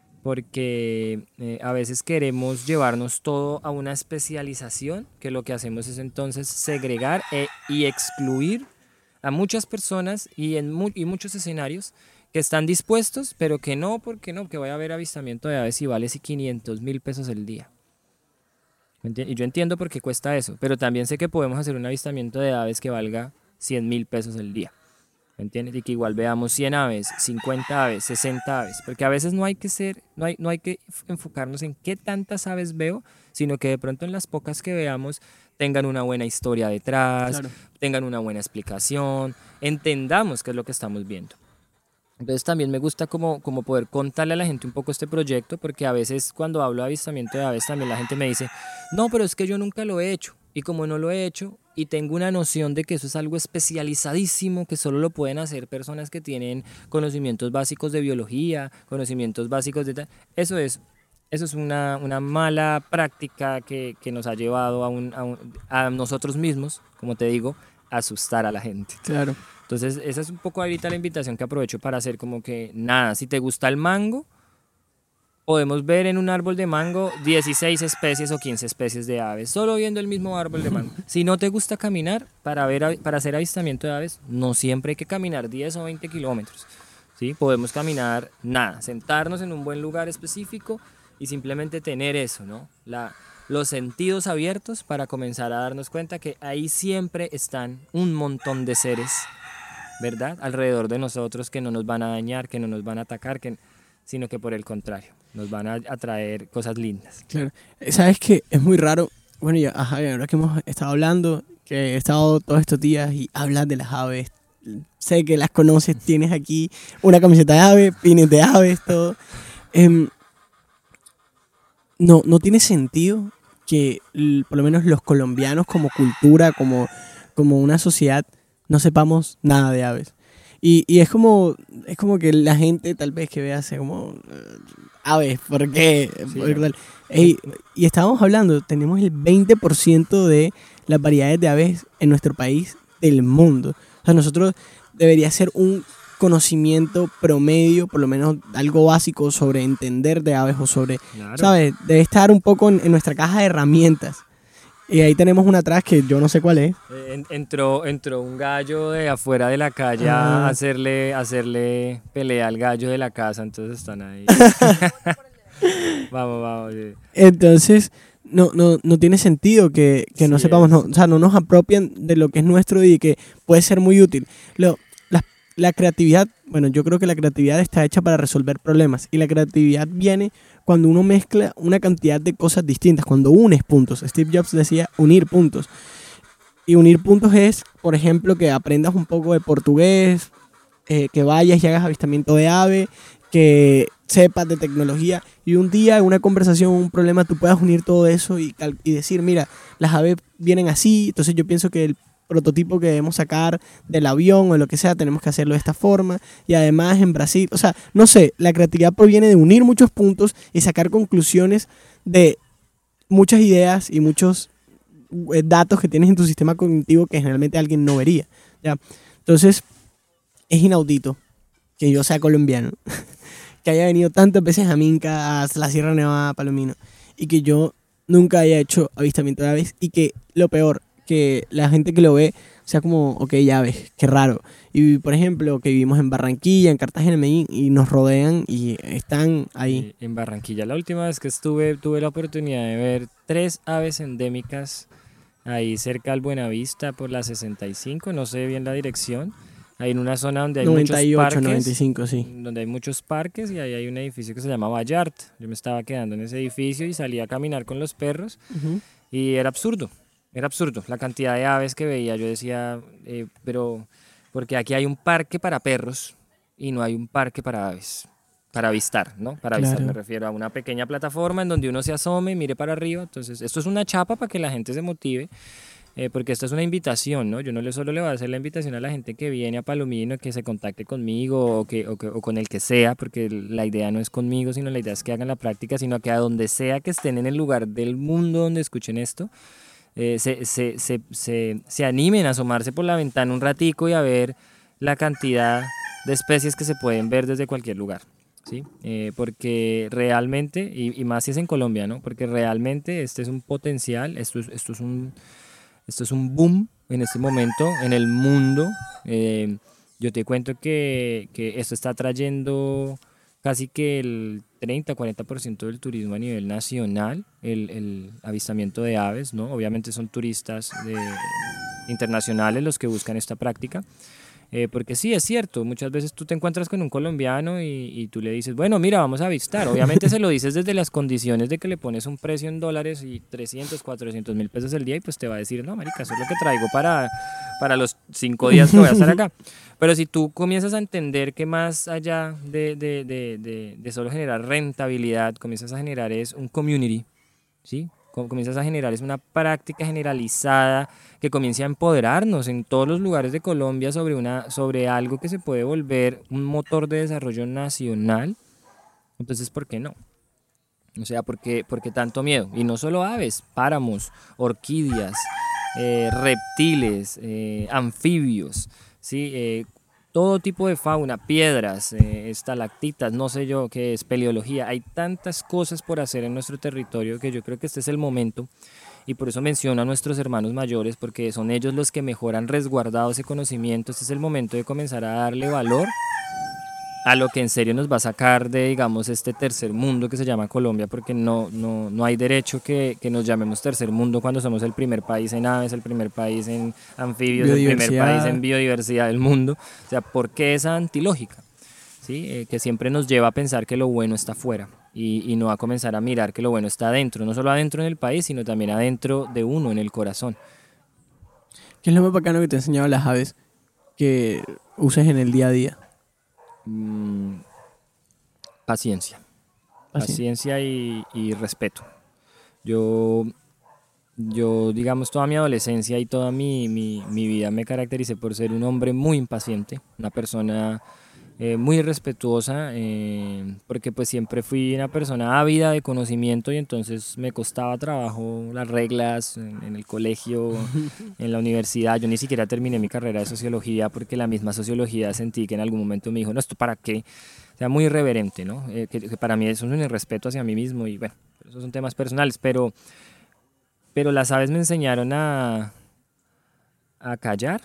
Speaker 1: porque eh, a veces queremos llevarnos todo a una especialización, que lo que hacemos es entonces segregar e- y excluir a muchas personas y en mu- y muchos escenarios que están dispuestos, pero que no, porque no, que vaya a haber avistamiento de aves y vale si quinientos mil pesos el día. ¿Me enti- Y yo entiendo por qué cuesta eso, pero también sé que podemos hacer un avistamiento de aves que valga cien mil pesos el día. ¿Me entiendes? Y que igual veamos cien aves, cincuenta aves, sesenta aves, porque a veces no hay que ser, no hay, no hay que f- enfocarnos en qué tantas aves veo, sino que de pronto en las pocas que veamos tengan una buena historia detrás,
Speaker 2: Claro.
Speaker 1: tengan una buena explicación, entendamos qué es lo que estamos viendo. Entonces también me gusta como, como poder contarle a la gente un poco este proyecto, porque a veces cuando hablo de avistamiento de aves también la gente me dice, no, pero es que yo nunca lo he hecho. Y como no lo he hecho y tengo una noción de que eso es algo especializadísimo, que solo lo pueden hacer personas que tienen conocimientos básicos de biología, conocimientos básicos de... tal, Eso es, eso es una, una mala práctica que, que nos ha llevado a, un, a, un- a nosotros mismos, como te digo, a asustar a la gente.
Speaker 2: Claro.
Speaker 1: Entonces, esa es un poco ahorita la invitación que aprovecho para hacer como que, nada, si te gusta el mango, podemos ver en un árbol de mango dieciséis especies o quince especies de aves, solo viendo el mismo árbol de mango. Si no te gusta caminar, para, ver, avi- para hacer avistamiento de aves, no siempre hay que caminar diez o veinte kilómetros, ¿sí? Podemos caminar, nada, sentarnos en un buen lugar específico y simplemente tener eso, ¿no? La, los sentidos abiertos para comenzar a darnos cuenta que ahí siempre están un montón de seres, ¿verdad? Alrededor de nosotros, que no nos van a dañar, que no nos van a atacar, que, sino que por el contrario, nos van a, a traer cosas lindas.
Speaker 2: Claro. Eh, ¿Sabes qué? Es muy raro. Bueno, ya, ajá, y ahora que hemos estado hablando, que he estado todos estos días y hablas de las aves. Sé que las conoces, tienes aquí una camiseta de ave, pines de aves, todo. Em, no, no tiene sentido que l- por lo menos los colombianos como cultura, como, como una sociedad, no sepamos nada de aves. Y, y es como es como que la gente tal vez que vea hace como eh, aves, ¿por qué?
Speaker 1: Sí,
Speaker 2: ¿Por qué
Speaker 1: no.
Speaker 2: tal? Ey, y estábamos hablando, tenemos el veinte por ciento de las variedades de aves en nuestro país del mundo. O sea, nosotros debería ser un conocimiento promedio, por lo menos algo básico sobre entender de aves o sobre,
Speaker 1: Claro.
Speaker 2: ¿sabes? Debe estar un poco en, en nuestra caja de herramientas. Y ahí tenemos una atrás que yo no sé cuál es.
Speaker 1: Eh, en- entró, entró un gallo de afuera de la calle a
Speaker 2: Ah,
Speaker 1: hacerle, a hacerle pelea al gallo de la casa, entonces están ahí. Vamos, vamos. Sí.
Speaker 2: entonces, no, no, no tiene sentido que, que no
Speaker 1: Sí
Speaker 2: sepamos, no,
Speaker 1: es.
Speaker 2: o sea, no nos apropian de lo que es nuestro y que puede ser muy útil. Lo, la, la creatividad, bueno, yo creo que la creatividad está hecha para resolver problemas y la creatividad viene cuando uno mezcla una cantidad de cosas distintas, cuando unes puntos. Steve Jobs decía unir puntos. Y unir puntos es, por ejemplo, que aprendas un poco de portugués, eh, que vayas y hagas avistamiento de ave, que sepas de tecnología y un día en una conversación, un problema, tú puedas unir todo eso y, cal- y decir, mira, las aves vienen así, entonces yo pienso que el prototipo que debemos sacar del avión o lo que sea, tenemos que hacerlo de esta forma y además en Brasil, o sea, no sé, la creatividad proviene de unir muchos puntos y sacar conclusiones de muchas ideas y muchos eh, datos que tienes en tu sistema cognitivo que generalmente alguien no vería, ¿ya? Entonces, es inaudito que yo sea colombiano, que haya venido tantas veces a Minca, a la Sierra Nevada, a Palomino, y que yo nunca haya hecho avistamiento de aves, y que lo peor, que la gente que lo ve sea como, ok, aves, qué raro. Y por ejemplo, que vivimos en Barranquilla, en Cartagena, en Medellín, y nos rodean y están ahí.
Speaker 1: Eh, en Barranquilla, la última vez que estuve, tuve la oportunidad de ver tres aves endémicas ahí cerca al Buenavista por la sesenta y cinco, no sé bien la dirección. Ahí en una zona donde hay
Speaker 2: noventa
Speaker 1: muchos
Speaker 2: y ocho, noventa y
Speaker 1: parques,
Speaker 2: cinco, sí.
Speaker 1: mm, donde hay muchos parques y ahí hay un edificio que se llama Ballart. Yo me estaba quedando en ese edificio y salí a caminar con los perros
Speaker 2: Ujú.
Speaker 1: y era absurdo, era absurdo la cantidad de aves que veía. Yo decía, eh, pero porque aquí hay un parque para perros y no hay un parque para aves. Para avistar, ¿no? Para avistar me
Speaker 2: Claro.
Speaker 1: refiero a una pequeña plataforma en donde uno se asome, mire para arriba. Entonces, esto es una chapa para que la gente se motive, eh, porque esta es una invitación, ¿no? Yo no le solo le voy a hacer la invitación a la gente que viene a Palomino, que se contacte conmigo o, que, o, que- o con el que sea, porque la idea no es conmigo, sino la idea es que hagan la práctica, sino que a donde sea que estén en el lugar del mundo donde escuchen esto, eh, se, se, se, se, se animen a asomarse por la ventana un ratico y a ver la cantidad de especies que se pueden ver desde cualquier lugar. ¿Sí? Eh, porque realmente, y, y más si es en Colombia, ¿no? Porque realmente este es un potencial, esto es, esto es un, esto es un boom en este momento en el mundo. Eh, yo te cuento que, que esto está trayendo casi que el treinta cuarenta por ciento del turismo a nivel nacional, el, el avistamiento de aves, ¿no? Obviamente son turistas de- internacionales los que buscan esta práctica. Eh, porque sí, es cierto, muchas veces tú te encuentras con un colombiano y, y tú le dices, bueno, mira, vamos a avistar. Obviamente se lo dices desde las condiciones de que le pones un precio en dólares y trescientos, cuatrocientos mil pesos el día y pues te va a decir, no, marica, eso es lo que traigo para, para los cinco días que voy a estar acá. Pero si tú comienzas a entender que más allá de, de, de, de, de solo generar rentabilidad, comienzas a generar es un community, ¿sí? Com- Comienzas a generar es una práctica generalizada que comience a empoderarnos en todos los lugares de Colombia sobre, una, sobre algo que se puede volver un motor de desarrollo nacional. Entonces, ¿por qué no? O sea, ¿por qué, por qué tanto miedo? Y no solo aves, páramos, orquídeas, eh, reptiles, eh, anfibios, ¿sí? Eh, todo tipo de fauna, piedras, eh, estalactitas, no sé yo qué es, paleología. Hay tantas cosas por hacer en nuestro territorio que yo creo que este es el momento y por eso menciono a nuestros hermanos mayores porque son ellos los que mejor han resguardado ese conocimiento. Este es el momento de comenzar a darle valor a lo que en serio nos va a sacar de, digamos, este tercer mundo que se llama Colombia, porque no, no, no hay derecho que, que nos llamemos tercer mundo cuando somos el primer país en aves, el primer país en anfibios, el primer país en
Speaker 2: Biodiversidad.
Speaker 1: biodiversidad del mundo. O sea, ¿por qué esa antilógica? ¿Sí? Eh, que siempre nos lleva a pensar que lo bueno está afuera y, y no a comenzar a mirar que lo bueno está adentro, no solo adentro en el país, sino también adentro de uno, en el corazón.
Speaker 2: ¿Qué es lo más bacano que te han enseñado las aves que uses en el día a día?
Speaker 1: Mm, paciencia,
Speaker 2: Así.
Speaker 1: paciencia y, y respeto. Yo, yo, digamos, toda mi adolescencia y toda mi, mi, mi vida me caractericé por ser un hombre muy impaciente, una persona eh, muy respetuosa, eh, porque pues siempre fui una persona ávida de conocimiento y entonces me costaba trabajo las reglas en, en el colegio, en la universidad. Yo ni siquiera terminé mi carrera de sociología porque la misma sociología sentí que en algún momento me dijo, no, ¿esto para qué? O sea, muy irreverente, ¿no? Eh, que, que para mí eso es un irrespeto hacia mí mismo y bueno, esos son temas personales, pero, pero las aves me enseñaron a, a callar,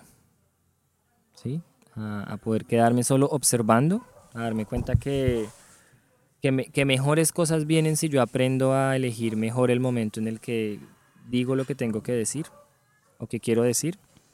Speaker 1: ¿sí? A, a poder quedarme solo observando, a darme cuenta que, que, me- que mejores cosas vienen si yo aprendo a elegir mejor el momento en el que digo lo que tengo que decir o que quiero decir,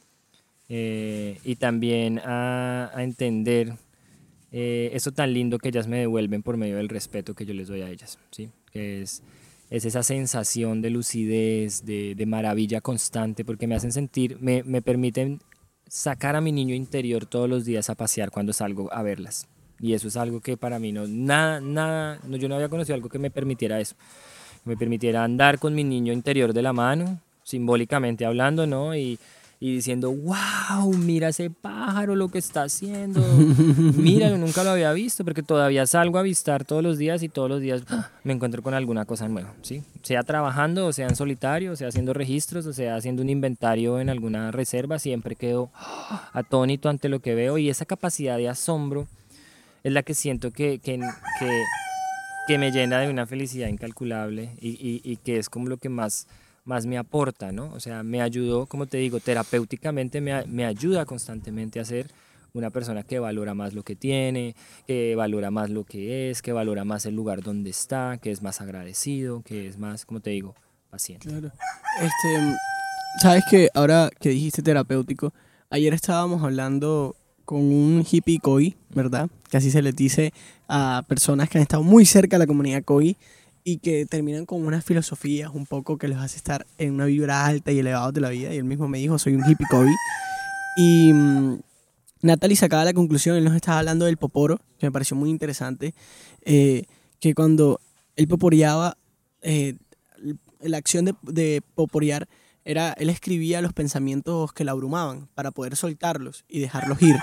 Speaker 1: eh, y también a, a entender eh, eso tan lindo que ellas me devuelven por medio del respeto que yo les doy a ellas, ¿sí? Que es, es esa sensación de lucidez, de, de maravilla constante, porque me hacen sentir, me, me permiten sacar a mi niño interior todos los días a pasear cuando salgo a verlas. Y eso es algo que para mí no, nada, nada, no, yo no había conocido algo que me permitiera eso, que me permitiera andar con mi niño interior de la mano, simbólicamente hablando, ¿no? Y, y diciendo, wow, mira ese pájaro lo que está haciendo, míralo, nunca lo había visto, porque todavía salgo a avistar todos los días y todos los días me encuentro con alguna cosa nueva, ¿sí? Sea trabajando, o sea en solitario, o sea haciendo registros, o sea haciendo un inventario en alguna reserva, siempre quedo atónito ante lo que veo y esa capacidad de asombro es la que siento que, que, que, que me llena de una felicidad incalculable y, y, y que es como lo que más, más me aporta, ¿no? O sea, me ayudó, como te digo, terapéuticamente me, a- me ayuda constantemente a ser una persona que valora más lo que tiene, que valora más lo que es, que valora más el lugar donde está, que es más agradecido, que es más, como te digo, paciente.
Speaker 2: Claro. Este, sabes que ahora que dijiste terapéutico, ayer estábamos hablando con un hippie koi, ¿verdad? Que así se les dice a personas que han estado muy cerca de la comunidad koi y que terminan con unas filosofías un poco que los hace estar en una vibra alta y elevada de la vida. Y él mismo me dijo, soy un hippie koi. Y mm, Natalie sacaba la conclusión, él nos estaba hablando del poporo, que me pareció muy interesante, eh, que cuando él poporeaba, eh, la acción de, de poporear era, él escribía los pensamientos que la abrumaban para poder soltarlos y dejarlos ir.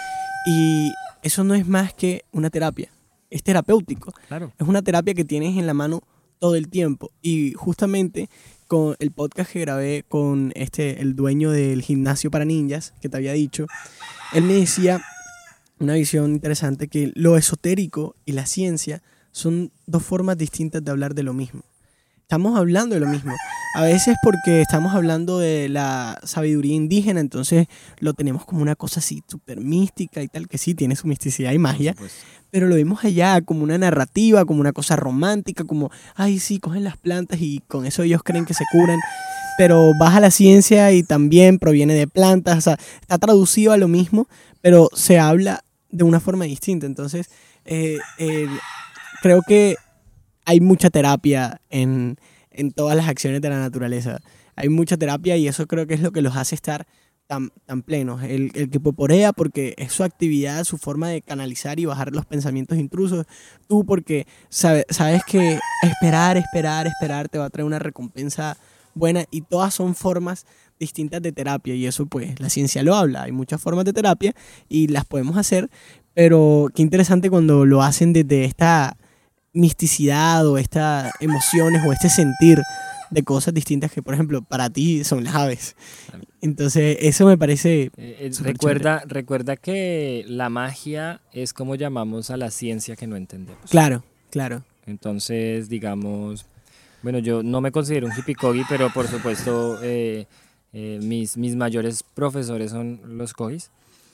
Speaker 2: Y eso no es más que una terapia, es terapéutico.
Speaker 1: Claro.
Speaker 2: Es una terapia que tienes en la mano todo el tiempo. Y justamente con el podcast que grabé con este, el dueño del gimnasio para ninjas, que te había dicho, él me decía una visión interesante que lo esotérico y la ciencia son dos formas distintas de hablar de lo mismo. Estamos hablando de lo mismo. A veces porque estamos hablando de la sabiduría indígena, entonces lo tenemos como una cosa así súper mística y tal, que sí, tiene su misticidad y
Speaker 1: Por
Speaker 2: magia,
Speaker 1: supuesto.
Speaker 2: pero lo vemos allá como una narrativa, como una cosa romántica, como, ay, sí, cogen las plantas y con eso ellos creen que se curan, pero baja la ciencia y también proviene de plantas, o sea, está traducido a lo mismo, pero se habla de una forma distinta. Entonces, eh, eh, creo que hay mucha terapia en, en todas las acciones de la naturaleza. Hay mucha terapia y eso creo que es lo que los hace estar tan, tan plenos. El, el que poporea porque es su actividad, su forma de canalizar y bajar los pensamientos intrusos. Tú porque sabe- sabes que esperar, esperar, esperar te va a traer una recompensa buena y todas son formas distintas de terapia y eso pues la ciencia lo habla. Hay muchas formas de terapia y las podemos hacer, pero qué interesante cuando lo hacen desde esta misticidad o estas emociones o este sentir de cosas distintas que, por ejemplo, para ti son las aves.
Speaker 1: Claro.
Speaker 2: Entonces, eso me parece
Speaker 1: Eh, eh,
Speaker 2: súper chévere.
Speaker 1: recuerda, recuerda que la magia es como llamamos a la ciencia que no entendemos.
Speaker 2: Claro, claro.
Speaker 1: Entonces, digamos, bueno, yo no me considero un hippie pero por supuesto eh, eh, mis, mis mayores profesores son los kogis.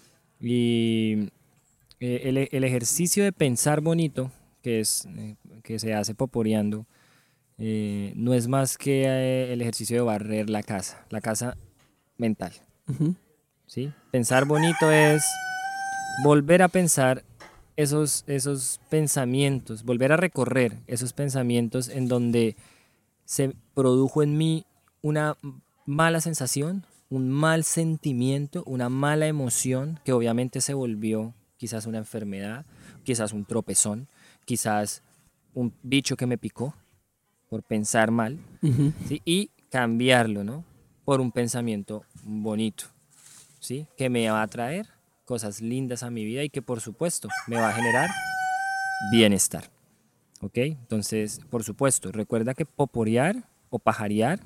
Speaker 1: Y eh, el, e- el ejercicio de pensar bonito, que es eh, que se hace poporeando, eh, no es más que eh, el ejercicio de barrer la casa, la casa mental,
Speaker 2: Ujú.
Speaker 1: ¿sí? Pensar bonito es volver a pensar esos, esos pensamientos, volver a recorrer esos pensamientos en donde se produjo en mí una mala sensación, un mal sentimiento, una mala emoción que obviamente se volvió quizás una enfermedad, quizás un tropezón, quizás un bicho que me picó por pensar mal,
Speaker 2: Ujú.
Speaker 1: ¿sí? Y cambiarlo, ¿no? Por un pensamiento bonito, ¿sí? Que me va a traer cosas lindas a mi vida y que por supuesto me va a generar bienestar, ¿ok? Entonces, por supuesto, recuerda que poporear o pajarear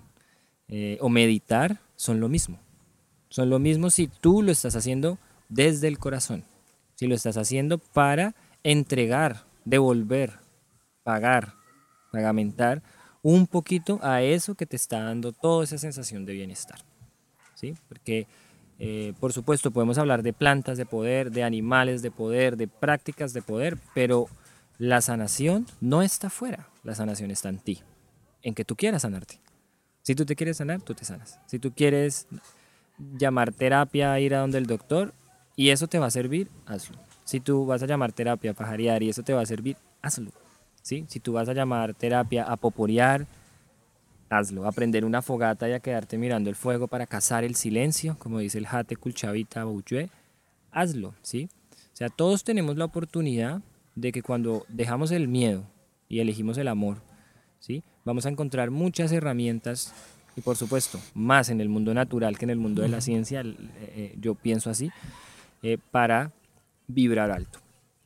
Speaker 1: eh, o meditar son lo mismo. Son lo mismo si tú lo estás haciendo desde el corazón, si lo estás haciendo para entregar, devolver, pagar, pagamentar un poquito a eso que te está dando toda esa sensación de bienestar, ¿sí? Porque, eh, por supuesto, podemos hablar de plantas de poder, de animales de poder, de prácticas de poder, pero la sanación no está fuera, la sanación está en ti, en que tú quieras sanarte. Si tú te quieres sanar, tú te sanas. Si tú quieres llamar terapia, ir a donde el doctor, y eso te va a servir, hazlo. Si tú vas a llamar terapia a pajarear y eso te va a servir, hazlo. ¿Sí? Si tú vas a llamar terapia a poporear, hazlo. Aprender una fogata y a quedarte mirando el fuego para cazar el silencio, como dice el Jate Kulchavita Bouché, hazlo, ¿sí? O sea, todos tenemos la oportunidad de que cuando dejamos el miedo y elegimos el amor, ¿sí? Vamos a encontrar muchas herramientas y por supuesto, más en el mundo natural que en el mundo de la ciencia, eh, eh, yo pienso así, eh, para vibrar alto.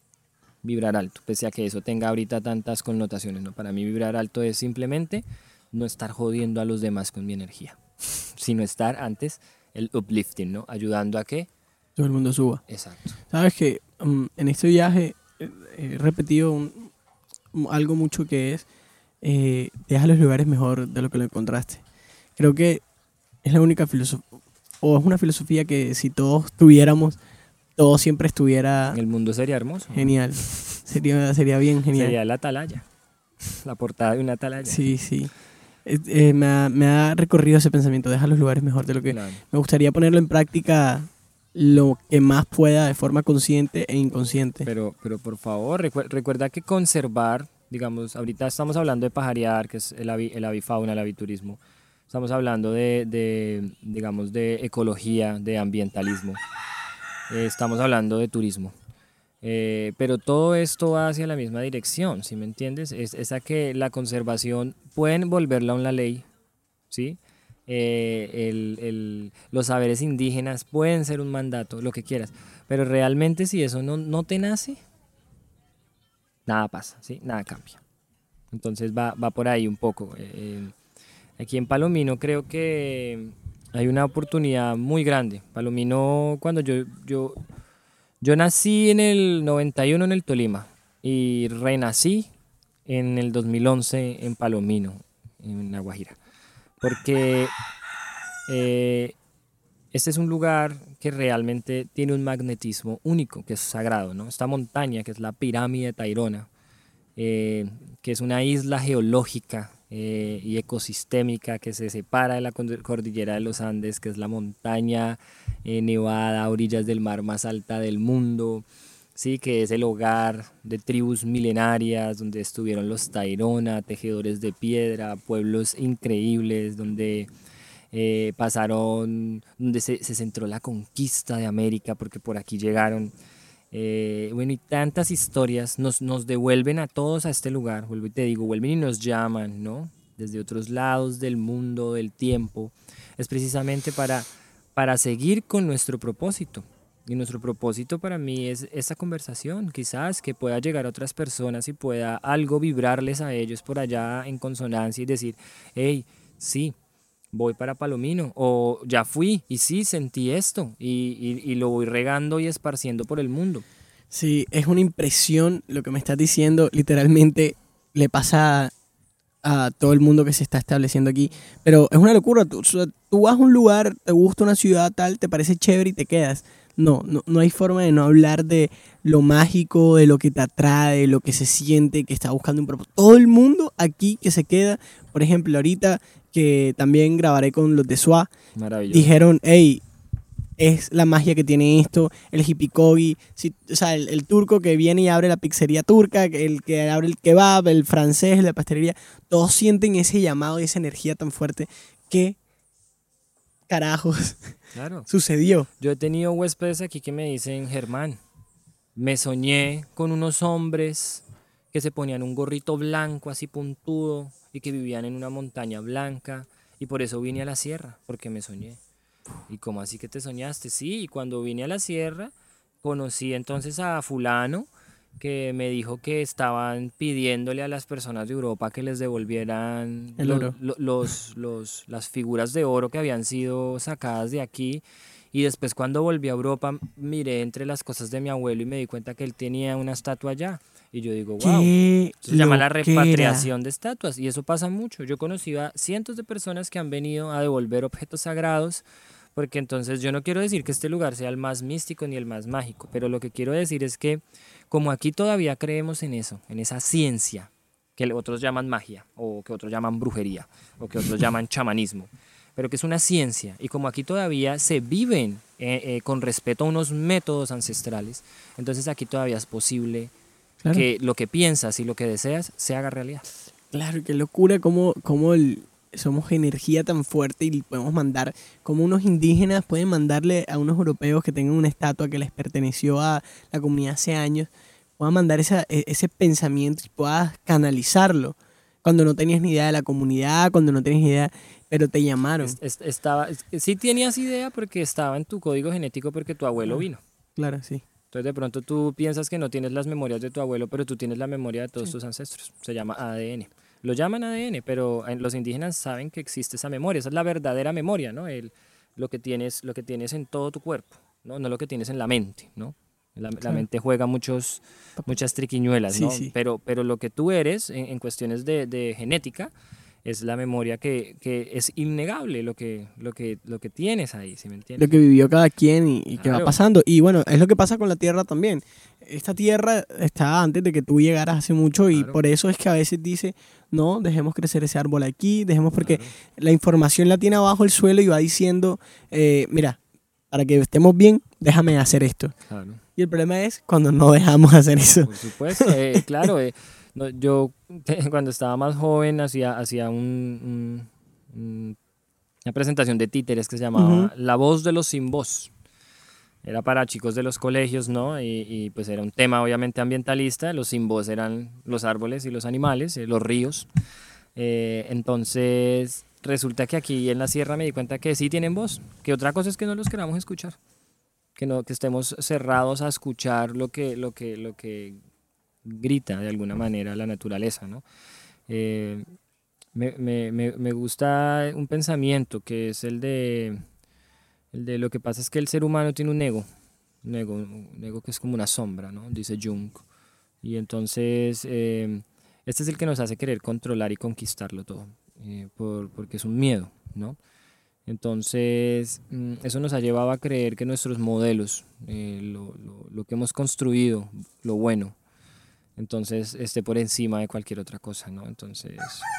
Speaker 1: Vibrar alto, pese a que eso tenga ahorita tantas connotaciones, ¿no? Para mí vibrar alto es simplemente no estar jodiendo a los demás con mi energía, sino estar antes el uplifting, ¿no? Ayudando a que...
Speaker 2: Todo el mundo suba.
Speaker 1: Exacto.
Speaker 2: Sabes que um, en este viaje eh, he repetido un- un- algo mucho que es eh, deja los lugares mejor de lo que lo encontraste. Creo que es la única filosofía, o es una filosofía que si todos tuviéramos, todo siempre estuviera
Speaker 1: El mundo sería hermoso, ¿no?
Speaker 2: genial. Sería, sería bien genial.
Speaker 1: Sería la atalaya, la portada de una atalaya.
Speaker 2: Sí, sí. Eh, eh, me, ha, me ha recorrido ese pensamiento, deja los lugares mejor de lo que...
Speaker 1: Claro.
Speaker 2: Me gustaría ponerlo en práctica lo que más pueda de forma consciente e inconsciente.
Speaker 1: Pero, pero por favor, recuer- recuerda que conservar, digamos, ahorita estamos hablando de pajarear, que es el, avi- el avifauna, el aviturismo. Estamos hablando de, de, digamos, de ecología, de ambientalismo. Eh, estamos hablando de turismo. Eh, pero todo esto va hacia la misma dirección, ¿sí me entiendes? Es, es a que la conservación pueden volverla una ley, ¿sí? Eh, el- el- los saberes indígenas pueden ser un mandato, lo que quieras. Pero realmente si eso no, no te nace, nada pasa, ¿sí? Nada cambia. Entonces va, va por ahí un poco. Eh, aquí en Palomino creo que hay una oportunidad muy grande. Palomino, cuando yo, yo, yo nací en el noventa y uno en el Tolima y renací en el dos mil once en Palomino, en La Guajira. Porque eh, este es un lugar que realmente tiene un magnetismo único, que es sagrado, ¿no? Esta montaña, que es la pirámide de Tayrona, eh, que es una isla geológica eh, y ecosistémica que se separa de la cond- cordillera de los Andes, que es la montaña eh, nevada a orillas del mar más alta del mundo, sí, que es el hogar de tribus milenarias, donde estuvieron los Tairona, tejedores de piedra, pueblos increíbles, donde eh, pasaron, donde se, se centró la conquista de América, porque por aquí llegaron. Eh, bueno, y tantas historias nos, nos devuelven a todos a este lugar, vuelvo y te digo, vuelven y nos llaman, ¿no? Desde otros lados del mundo, del tiempo. Es precisamente para, para seguir con nuestro propósito. Y nuestro propósito para mí es esta conversación, quizás que pueda llegar a otras personas y pueda algo vibrarles a ellos por allá en consonancia y decir, hey, sí, voy para Palomino, o ya fui y sí sentí esto y, y- y lo voy regando y esparciendo por el mundo.
Speaker 2: Sí, es una impresión lo que me estás diciendo. Literalmente le pasa a, a todo el mundo que se está estableciendo aquí. Pero es una locura. Tú, o sea, tú vas a un lugar, te gusta una ciudad tal, te parece chévere y te quedas. No, no, no hay forma de no hablar de lo mágico, de lo que te atrae, de lo que se siente, que está buscando un propósito. Todo el mundo aquí que se queda, por ejemplo, ahorita que también grabaré con los de S U A,
Speaker 1: Maravilloso.
Speaker 2: dijeron, hey, es la magia que tiene esto, el hipikogi, si, o sea, el, el turco que viene y abre la pizzería turca, el que abre el kebab, el francés, la pastelería, todos sienten ese llamado y esa energía tan fuerte que carajos
Speaker 1: Claro.
Speaker 2: sucedió?
Speaker 1: Yo he tenido huéspedes aquí que me dicen, Germán, me soñé con unos hombres que se ponían un gorrito blanco así puntudo y que vivían en una montaña blanca y por eso vine a la sierra, porque me soñé. ¿Y cómo así que te soñaste? Sí, y cuando vine a la sierra conocí entonces a fulano que me dijo que estaban pidiéndole a las personas de Europa que les devolvieran
Speaker 2: El
Speaker 1: lo-
Speaker 2: oro.
Speaker 1: lo- los, los, las figuras de oro que habían sido sacadas de aquí. Y después cuando volví a Europa miré entre las cosas de mi abuelo y me di cuenta que él tenía una estatua allá. Y yo digo, wow,
Speaker 2: ¡Qué
Speaker 1: eso se llama la
Speaker 2: loquera!
Speaker 1: repatriación de estatuas y eso pasa mucho. Yo conocí a cientos de personas que han venido a devolver objetos sagrados porque entonces yo no quiero decir que este lugar sea el más místico ni el más mágico, pero lo que quiero decir es que como aquí todavía creemos en eso, en esa ciencia que otros llaman magia o que otros llaman brujería o que otros llaman chamanismo, pero que es una ciencia y como aquí todavía se viven eh, eh, con respeto a unos métodos ancestrales, entonces aquí todavía es posible
Speaker 2: Claro.
Speaker 1: que lo que piensas y lo que deseas se haga realidad.
Speaker 2: Claro, qué locura cómo, cómo el- somos energía tan fuerte y podemos mandar, como unos indígenas pueden mandarle a unos europeos que tengan una estatua que les perteneció a la comunidad hace años, puedan mandar esa, e- ese pensamiento y puedas canalizarlo cuando no tenías ni idea de la comunidad, cuando no tenías ni idea, pero te llamaron.
Speaker 1: Es- es- estaba, es- sí tenías idea porque estaba en tu código genético porque tu abuelo
Speaker 2: Claro,
Speaker 1: vino.
Speaker 2: claro, sí.
Speaker 1: Entonces de pronto tú piensas que no tienes las memorias de tu abuelo, pero tú tienes la memoria de todos
Speaker 2: Sí.
Speaker 1: tus ancestros. Se llama A D N. Lo llaman A D N, pero en- los indígenas saben que existe esa memoria. Esa es la verdadera memoria, ¿no? El, lo que tienes, lo que tienes en todo tu cuerpo, ¿no? No lo que tienes en la mente, ¿no? La, la
Speaker 2: Claro.
Speaker 1: mente juega muchos,
Speaker 2: Papel.
Speaker 1: muchas triquiñuelas,
Speaker 2: Sí,
Speaker 1: ¿no?
Speaker 2: sí.
Speaker 1: Pero, pero lo que tú eres en, en cuestiones de, de genética es la memoria que, que es innegable, lo que, lo que, lo que tienes ahí, ¿sí me
Speaker 2: Lo
Speaker 1: entiendes?
Speaker 2: que vivió cada quien y, y que va
Speaker 1: Claro,
Speaker 2: pasando. Y bueno, es lo que pasa con la Tierra también. Esta Tierra estaba antes de que tú llegaras hace mucho y
Speaker 1: claro,
Speaker 2: por eso es que a veces dice, no, dejemos crecer ese árbol aquí, dejemos porque
Speaker 1: claro,
Speaker 2: la información la tiene abajo el suelo y va diciendo, eh, mira, para que estemos bien, déjame hacer esto.
Speaker 1: claro.
Speaker 2: Y el problema es cuando no dejamos hacer eso.
Speaker 1: Por supuesto, eh, claro. eh, no, yo cuando estaba más joven hacía, hacía un, un- un- una presentación de títeres que se
Speaker 2: Ujú.
Speaker 1: llamaba La voz de los sin voz. Era para chicos de los colegios, ¿no? Y, y, pues era un tema obviamente ambientalista. Los sin voz eran los árboles y los animales, eh, los ríos. Eh, entonces resulta que aquí en la sierra me di cuenta que sí tienen voz. Que otra cosa es que no los queramos escuchar. Que no, que estemos cerrados a escuchar lo que, lo que, lo que grita de alguna manera la naturaleza, ¿no? Eh, me, me- me- me gusta un pensamiento que es el de, el de lo que pasa es que el ser humano tiene un ego, un ego, un ego que es como una sombra, ¿no? Dice Jung. Y entonces eh, este es el que nos hace querer controlar y conquistarlo todo, eh, por- porque es un miedo, ¿no? Entonces, mm, eso nos ha llevado a creer que nuestros modelos, eh, lo, lo- lo que hemos construido, lo bueno, entonces esté por encima de cualquier otra cosa, ¿no? Entonces,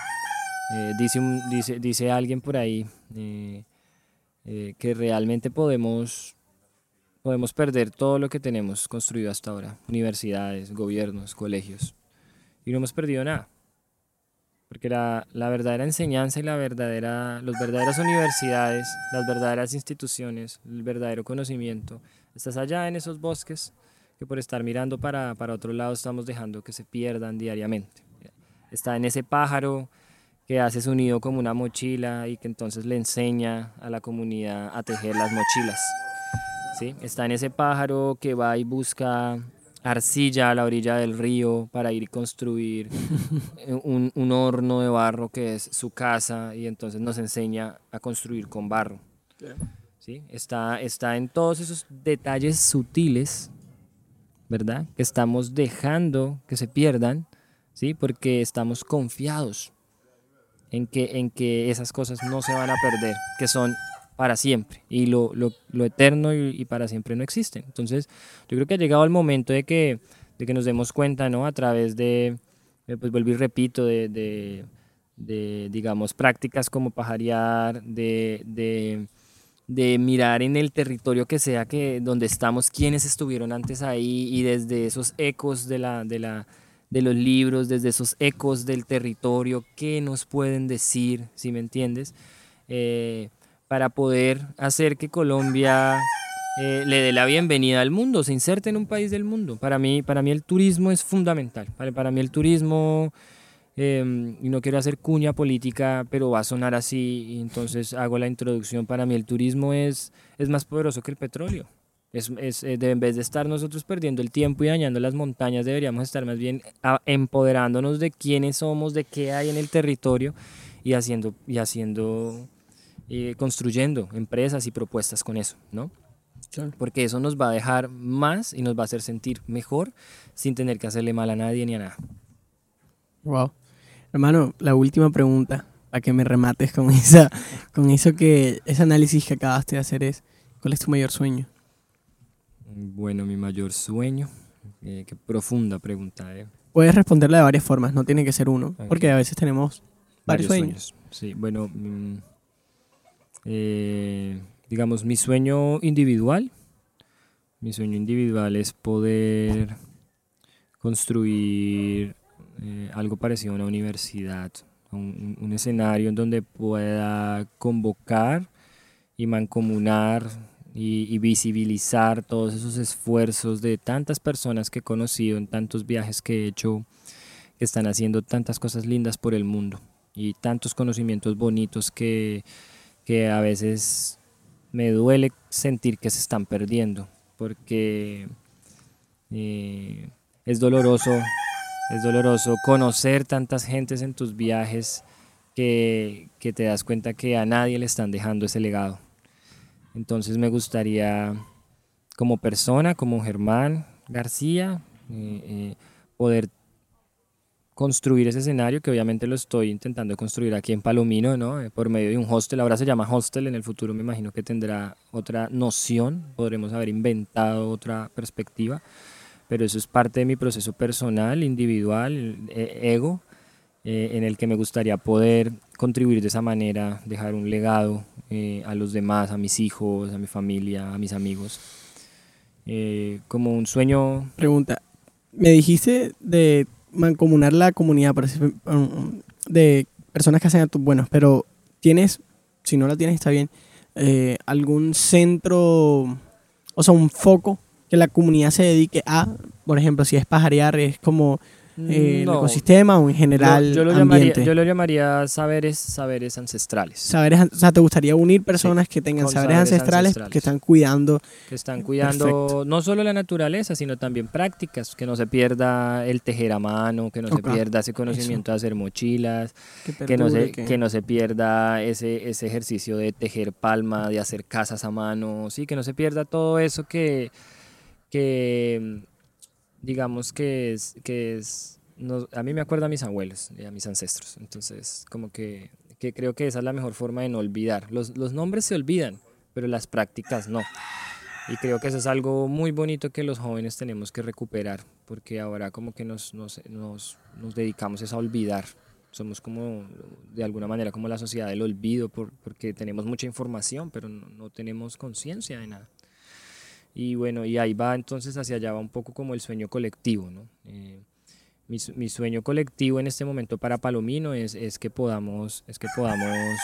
Speaker 1: eh, dice, un- dice, dice alguien por ahí eh, eh, que realmente podemos, podemos perder todo lo que tenemos construido hasta ahora, universidades, gobiernos, colegios, y no hemos perdido nada. Porque la, la verdadera enseñanza y la verdadera, las verdaderas universidades, las verdaderas instituciones, el verdadero conocimiento, estás allá en esos bosques que por estar mirando para, para otro lado estamos dejando que se pierdan diariamente. Está en ese pájaro que hace su nido como una mochila y que entonces le enseña a la comunidad a tejer las mochilas. ¿Sí? Está en ese pájaro que va y busca arcilla a la orilla del río para ir y construir eh, un, un horno de barro que es su casa y entonces nos enseña a construir con barro. ¿Sí? Está, está en todos esos detalles sutiles, ¿verdad? Que estamos dejando que se pierdan, ¿sí? Porque estamos confiados en que, en que esas cosas no se van a perder, que son para siempre y lo, lo, lo eterno y, y para siempre no existen. Entonces, yo creo que ha llegado el momento de que, de que nos demos cuenta, ¿no? A través de, eh, pues vuelvo y repito, de, de, de, digamos, prácticas como pajarear, de, de, de mirar en el territorio que sea que donde estamos, quiénes estuvieron antes ahí y desde esos ecos de la, de la, de los libros, desde esos ecos del territorio, qué nos pueden decir, si me entiendes, eh, para poder hacer que Colombia eh, le dé la bienvenida al mundo, se inserte en un país del mundo. Para mí, para mí el turismo es fundamental. Para, para mí el turismo, eh, y no quiero hacer cuña política, pero va a sonar así, y entonces hago la introducción. Para mí el turismo es, es más poderoso que el petróleo. Es, es, eh, de, en vez de estar nosotros perdiendo el tiempo y dañando las montañas, deberíamos estar más bien a, empoderándonos de quiénes somos, de qué hay en el territorio y haciendo, y haciendo eh, construyendo empresas y propuestas con eso, ¿no?
Speaker 2: Claro.
Speaker 1: Porque eso nos va a dejar más y nos va a hacer sentir mejor sin tener que hacerle mal a nadie ni a nada.
Speaker 2: Wow. Hermano, la última pregunta, para que me remates con esa, con eso que, ese análisis que acabaste de hacer es, ¿cuál es tu mayor sueño?
Speaker 1: Bueno, mi mayor sueño, eh, qué profunda pregunta, ¿eh?
Speaker 2: Puedes responderla de varias formas, no tiene que ser uno,
Speaker 1: Ok.
Speaker 2: porque a veces tenemos varios, sueños.
Speaker 1: sueños. Sí, bueno, mm, eh, digamos, mi sueño individual, mi sueño individual es poder construir eh, algo parecido a una universidad, un, un escenario en donde pueda convocar y mancomunar y, y visibilizar todos esos esfuerzos de tantas personas que he conocido en tantos viajes que he hecho, que están haciendo tantas cosas lindas por el mundo y tantos conocimientos bonitos que, que a veces me duele sentir que se están perdiendo, porque eh, es doloroso, es doloroso conocer tantas gentes en tus viajes que, que te das cuenta que a nadie le están dejando ese legado. Entonces me gustaría, como persona, como Germán García, eh, eh, poder construir ese escenario, que obviamente lo estoy intentando construir aquí en Palomino, ¿no? Eh, por medio de un hostel. Ahora se llama hostel, en el futuro me imagino que tendrá otra noción, podremos haber inventado otra perspectiva, pero eso es parte de mi proceso personal, individual, eh, ego, eh, en el que me gustaría poder contribuir de esa manera, dejar un legado eh, a los demás, a mis hijos, a mi familia, a mis amigos, eh, como un sueño.
Speaker 2: Pregunta, me dijiste de mancomunar la comunidad por ejemplo, um, de personas que hacen actos buenos, pero tienes, si no la tienes está bien, eh, algún centro, o sea, un foco que la comunidad se dedique a, por ejemplo, si es pajarear, es como eh, el
Speaker 1: No,
Speaker 2: ecosistema o en general
Speaker 1: yo, yo, lo
Speaker 2: ambiente.
Speaker 1: llamaría, yo lo llamaría saberes, saberes ancestrales.
Speaker 2: Saberes, o sea, ¿te gustaría unir personas sí, que tengan saberes, saberes ancestrales, ancestrales que están cuidando?
Speaker 1: Que están cuidando Perfecto. No solo la naturaleza, sino también prácticas, que no se pierda el tejer a mano, que no okay. se pierda ese conocimiento Eso. de hacer mochilas, que, perdure, que, no se, que... que no se pierda ese, ese ejercicio de tejer palma, de hacer casas a mano, sí, que no se pierda todo eso que, que digamos que es... Que es No, a mí me acuerda a mis abuelos y a mis ancestros, entonces como que, que creo que esa es la mejor forma de no olvidar. Los, los nombres se olvidan, pero las prácticas no. Y creo que eso es algo muy bonito que los jóvenes tenemos que recuperar, porque ahora como que nos, nos, nos, nos dedicamos a olvidar. Somos como, de alguna manera, como la sociedad del olvido, por, porque tenemos mucha información, pero no, no tenemos conciencia de nada. Y bueno, y ahí va entonces hacia allá va un poco como el sueño colectivo, ¿no? Eh, Mi, mi sueño colectivo en este momento para Palomino es, es que podamos, es que podamos,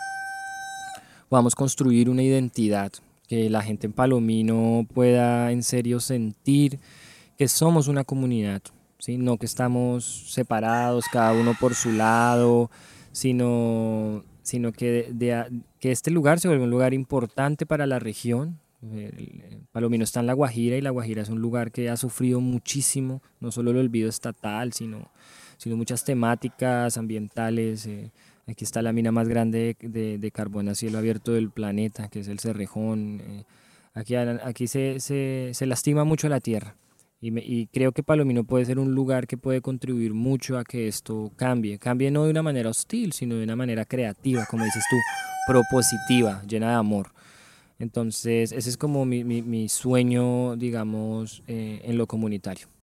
Speaker 1: podamos construir una identidad, que la gente en Palomino pueda en serio sentir que somos una comunidad, ¿sí? No que estamos separados, cada uno por su lado, sino, sino que, de, de, que este lugar se vuelva un lugar importante para la región. Palomino está en La Guajira y La Guajira es un lugar que ha sufrido muchísimo, no solo el olvido estatal, sino, sino muchas temáticas ambientales. Eh, aquí está la mina más grande de, de, de carbón a cielo abierto del planeta, que es el Cerrejón. Eh, aquí aquí se, se, se lastima mucho la tierra y, me, y creo que Palomino puede ser un lugar que puede contribuir mucho a que esto cambie. Cambie no de una manera hostil, sino de una manera creativa, como dices tú, propositiva, llena de amor. Entonces, ese es como mi, mi, mi sueño, digamos, eh, en lo comunitario.